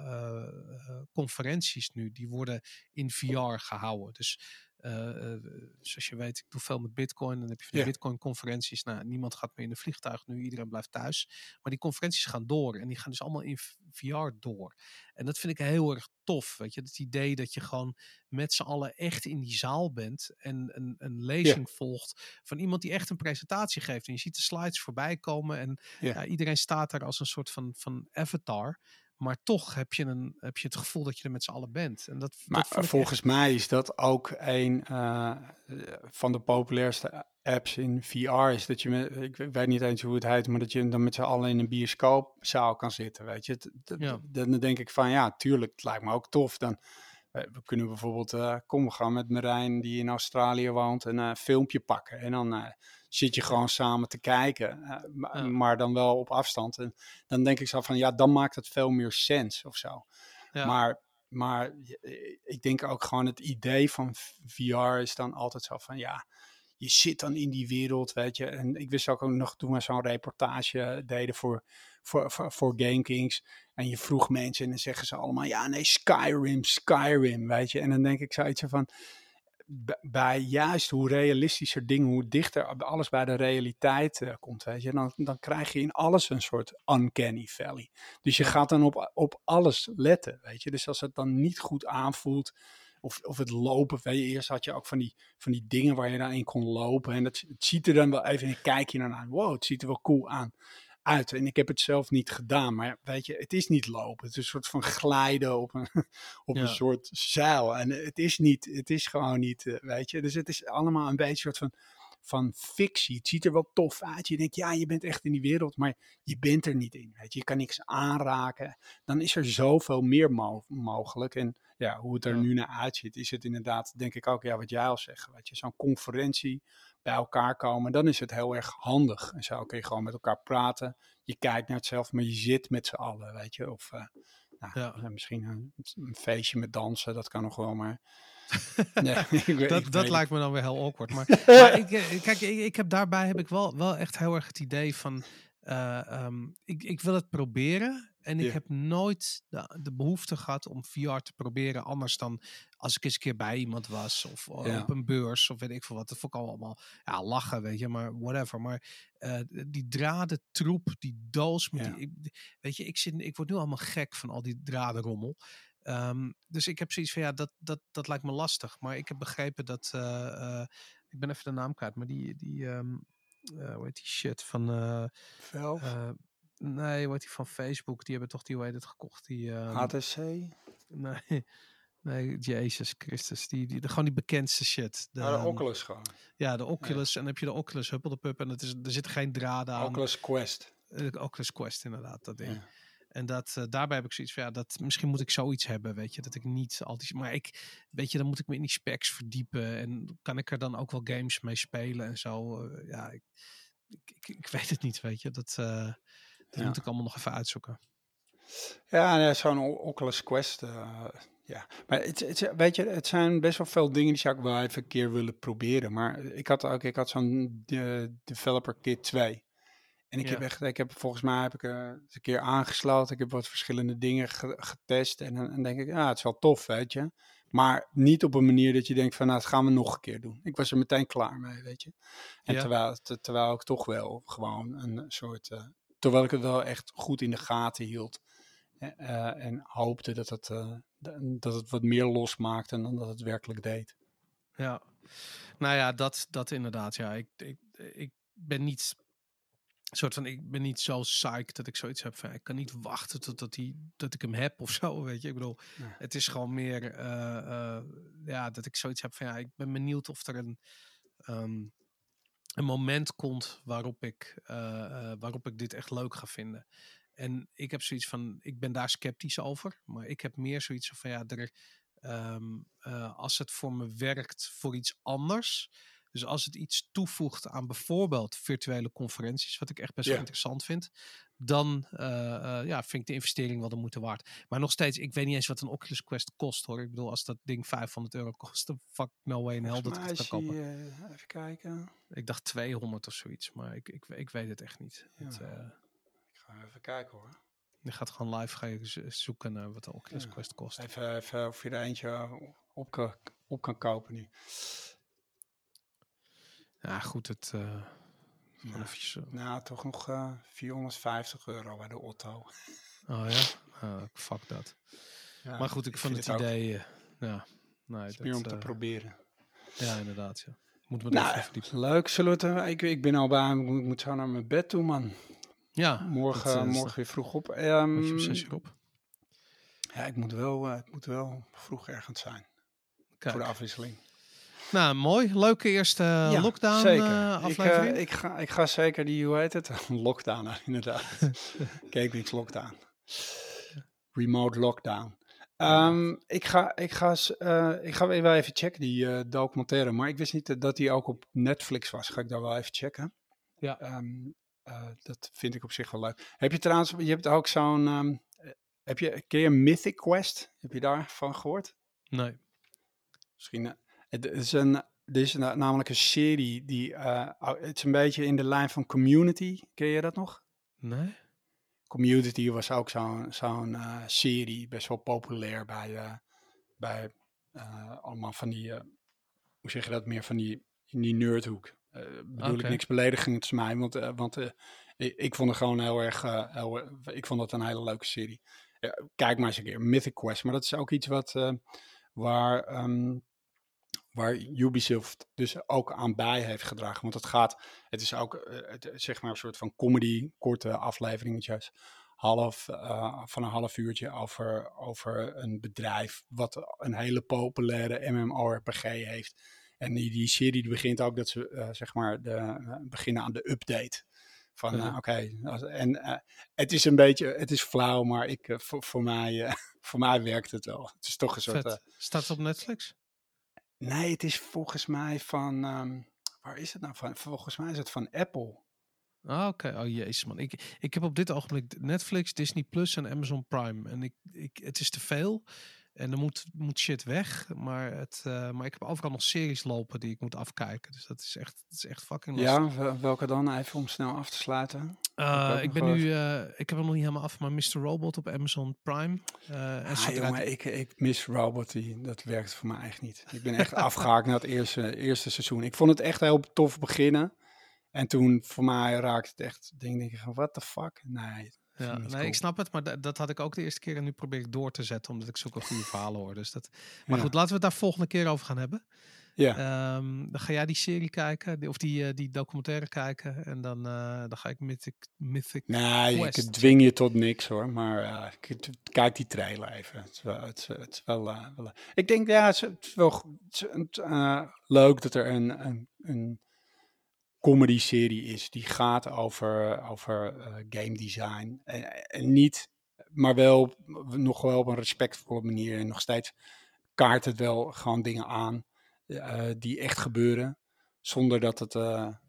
conferenties nu, die worden in VR gehouden. Dus zoals je weet, ik doe veel met Bitcoin. Dan heb je van de Bitcoin-conferenties. Nou, niemand gaat meer in een vliegtuig nu. Iedereen blijft thuis. Maar die conferenties gaan door. En die gaan dus allemaal in VR door. En dat vind ik heel erg tof. Weet je, het idee dat je gewoon met z'n allen echt in die zaal bent. En een lezing volgt van iemand die echt een presentatie geeft. En je ziet de slides voorbij komen. En iedereen staat daar als een soort van avatar. Maar toch heb je het gevoel dat je er met z'n allen bent. En maar volgens mij is dat ook een van de populairste apps in VR. Is dat je, ik weet niet eens hoe het heet, maar dat je dan met z'n allen in een bioscoopzaal kan zitten. Weet je, dan denk ik van tuurlijk, het lijkt me ook tof. Dan we kunnen bijvoorbeeld, we gaan met Marijn die in Australië woont een filmpje pakken. En dan zit je gewoon samen te kijken, maar dan wel op afstand. En dan denk ik zo van, dan maakt het veel meer sens of zo. Ja. Maar ik denk ook gewoon het idee van VR is dan altijd zo van, je zit dan in die wereld, weet je. En ik wist ook nog toen we zo'n reportage deden voor GameKings. En je vroeg mensen en dan zeggen ze allemaal, nee, Skyrim, weet je. En dan denk ik zoiets van, bij juist hoe realistischer dingen, hoe dichter alles bij de realiteit komt, weet je. Dan krijg je in alles een soort uncanny valley. Dus je gaat dan op alles letten, weet je. Dus als het dan niet goed aanvoelt, of het lopen, weet je, eerst had je ook van die dingen waar je dan in kon lopen. En het ziet er dan wel even, en kijk je dan aan, wow, het ziet er wel cool uit. En ik heb het zelf niet gedaan, maar weet je, het is niet lopen. Het is een soort van glijden op een soort zeil. En het is gewoon niet, weet je. Dus het is allemaal een beetje een soort van fictie. Het ziet er wel tof uit. Je denkt, je bent echt in die wereld, maar je bent er niet in. Weet je, je kan niks aanraken. Dan is er zoveel meer mogelijk. En hoe het er nu naar uitziet, is het inderdaad, denk ik ook, wat jij al zegt. Weet je, zo'n conferentie bij elkaar komen, dan is het heel erg handig. En zo kun je gewoon met elkaar praten. Je kijkt naar hetzelfde, maar je zit met z'n allen, weet je. Of misschien een feestje met dansen, dat kan nog wel, maar... dat lijkt me dan weer heel awkward. Maar ik heb daarbij wel echt heel erg het idee van... ik wil het proberen. En ik heb nooit de behoefte gehad om VR te proberen. Anders dan als ik eens een keer bij iemand was. Of op een beurs. Of weet ik veel wat. Dat vond ik allemaal lachen, weet je. Maar whatever. Maar die draden troep. Die doos. Weet je, ik word nu allemaal gek van al die dradenrommel. Dus ik heb zoiets van, dat lijkt me lastig. Maar ik heb begrepen dat... ik ben even de naam kwijt. Maar hoe heet die shit van... Valve? Nee, hoe heet die van Facebook? Die hebben toch hoe heet het gekocht? Die, HTC? Nee, Nee, Jezus Christus. Gewoon die bekendste shit. De Oculus gewoon. Ja, de Oculus. En dan heb je de Oculus Huppeldepup. En er zitten geen draden aan. Oculus Quest. De Oculus Quest, inderdaad, dat ding. Ja. En daarbij heb ik zoiets van, misschien moet ik zoiets hebben, weet je. Dat ik niet altijd... Maar weet je, dan moet ik me in die specs verdiepen. En kan ik er dan ook wel games mee spelen en zo. Ik weet het niet, weet je. Dat moet ik allemaal nog even uitzoeken. Ja, zo'n Oculus Quest. Ja, maar weet je, het zijn best wel veel dingen die zou ik wel even een keer willen proberen. Maar ik had zo'n Developer Kit 2. En ik heb volgens mij het een keer aangesloten. Ik heb wat verschillende dingen getest. En dan denk ik, het is wel tof, weet je. Maar niet op een manier dat je denkt van, dat gaan we nog een keer doen. Ik was er meteen klaar mee, weet je. En terwijl ik toch wel gewoon een soort... terwijl ik het wel echt goed in de gaten hield. En hoopte dat het wat meer losmaakte dan dat het werkelijk deed. Ja, nou ja, dat inderdaad. Ja, ik ben niet... ik ben niet zo psyched dat ik zoiets heb van... Ik kan niet wachten dat ik hem heb of zo, weet je. Ik bedoel, Het is gewoon meer... dat ik zoiets heb van... ik ben benieuwd of er een moment komt waarop ik dit echt leuk ga vinden. En ik heb zoiets van... Ik ben daar sceptisch over. Maar ik heb meer zoiets van... als het voor me werkt voor iets anders... Dus als het iets toevoegt aan bijvoorbeeld virtuele conferenties, wat ik echt best wel interessant vind, dan vind ik de investering wel de moeite waard. Maar nog steeds, ik weet niet eens wat een Oculus Quest kost, hoor. Ik bedoel, als dat ding €500 kost, dan fuck no way in hell dat ik het kan kopen. Even kijken. Ik dacht 200 of zoiets, maar ik weet het echt niet. Ja. Ik ga even kijken, hoor. Je gaat gewoon live zoeken naar wat de Oculus Quest kost. Even of je er eentje op kan kopen nu. Ja, goed, het... toch nog €450 bij de Otto. Oh ja? Fuck dat. Ja, maar goed, ik vond het idee... het is meer om te proberen. Ja, inderdaad. Ja. Moeten we even verdiepen. Leuk. Zullen we het... Ik ben al bij... Ik moet zo naar mijn bed toe, man. Ja. Morgen weer vroeg op. Moet je om 6 uur op? Ja, ik moet wel vroeg ergens zijn. Kijk. Voor de afwisseling. Nou, mooi. Leuke eerste lockdown aflevering. Ik ga zeker die, hoe heet het? Lockdown, inderdaad. Cambridge lockdown. Remote lockdown. Ik ga wel even checken, die documentaire. Maar ik wist niet dat die ook op Netflix was. Ga ik daar wel even checken. Ja. Dat vind ik op zich wel leuk. Heb je trouwens, je hebt ook zo'n... ken je Mythic Quest? Heb je daarvan gehoord? Nee. Misschien... Er is namelijk een serie die... het is een beetje in de lijn van Community. Ken je dat nog? Nee. Community was ook zo'n serie, best wel populair bij allemaal van die... hoe zeg je dat? Meer van die in die nerdhoek. Bedoel ik niks beledigends mij, want ik vond het gewoon heel erg... ik vond het een hele leuke serie. Kijk maar eens een keer, Mythic Quest. Maar dat is ook iets waar Ubisoft dus ook aan bij heeft gedragen. Want het is ook zeg maar een soort van comedy, korte afleveringetjes. Van een half uurtje over een bedrijf wat een hele populaire MMORPG heeft. En die serie die begint ook dat ze zeg maar beginnen aan de update. Van het is een beetje, het is flauw, maar voor mij werkt het wel. Het is toch een soort... Staat het op Netflix? Nee, het is volgens mij van... waar is het nou van? Volgens mij is het van Apple. Oké. Oh jezus man. Ik heb op dit ogenblik Netflix, Disney Plus en Amazon Prime. En het is te veel. En er moet shit weg. Maar ik heb overal nog series lopen die ik moet afkijken. Dus dat is echt fucking lastig. Ja, welke dan? Even om snel af te sluiten. Ik heb hem nog niet helemaal af, maar Mr. Robot op Amazon Prime. Ik mis Robot, dat werkt voor mij echt niet. Ik ben echt afgehaakt na het eerste seizoen. Ik vond het echt heel tof beginnen. En toen voor mij raakte het echt, denk ik van, what the fuck? Nee. Cool. Ik snap het, maar dat had ik ook de eerste keer en nu probeer ik door te zetten, omdat ik zulke goede verhalen hoor. Dus goed, laten we het daar volgende keer over gaan hebben. Ja. Dan ga jij die serie kijken, of die documentaire kijken. En dan ga ik Mythic Nee, ik Quest dwing je tot niks hoor, maar kijk die trailer even. Het is wel ik denk, ja, het is wel leuk dat er een comedy-serie is die gaat over game design. En niet, maar wel nog wel op een respectvolle manier. En nog steeds kaart het wel gewoon dingen aan die echt gebeuren. Zonder dat het,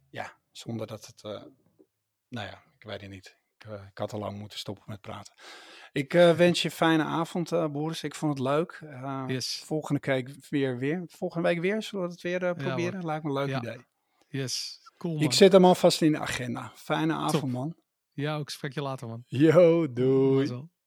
nou ja, ik weet het niet. Ik had al lang moeten stoppen met praten. Ik wens je een fijne avond, Boris. Ik vond het leuk. Yes. Volgende week weer. Zullen we het weer proberen? hoor. Lijkt me een leuk Ja. idee. Yes, cool man. Ik zet hem alvast in de agenda. Fijne avond, man. Ja, ik spreek je later man. Yo, Mooi doei. zo.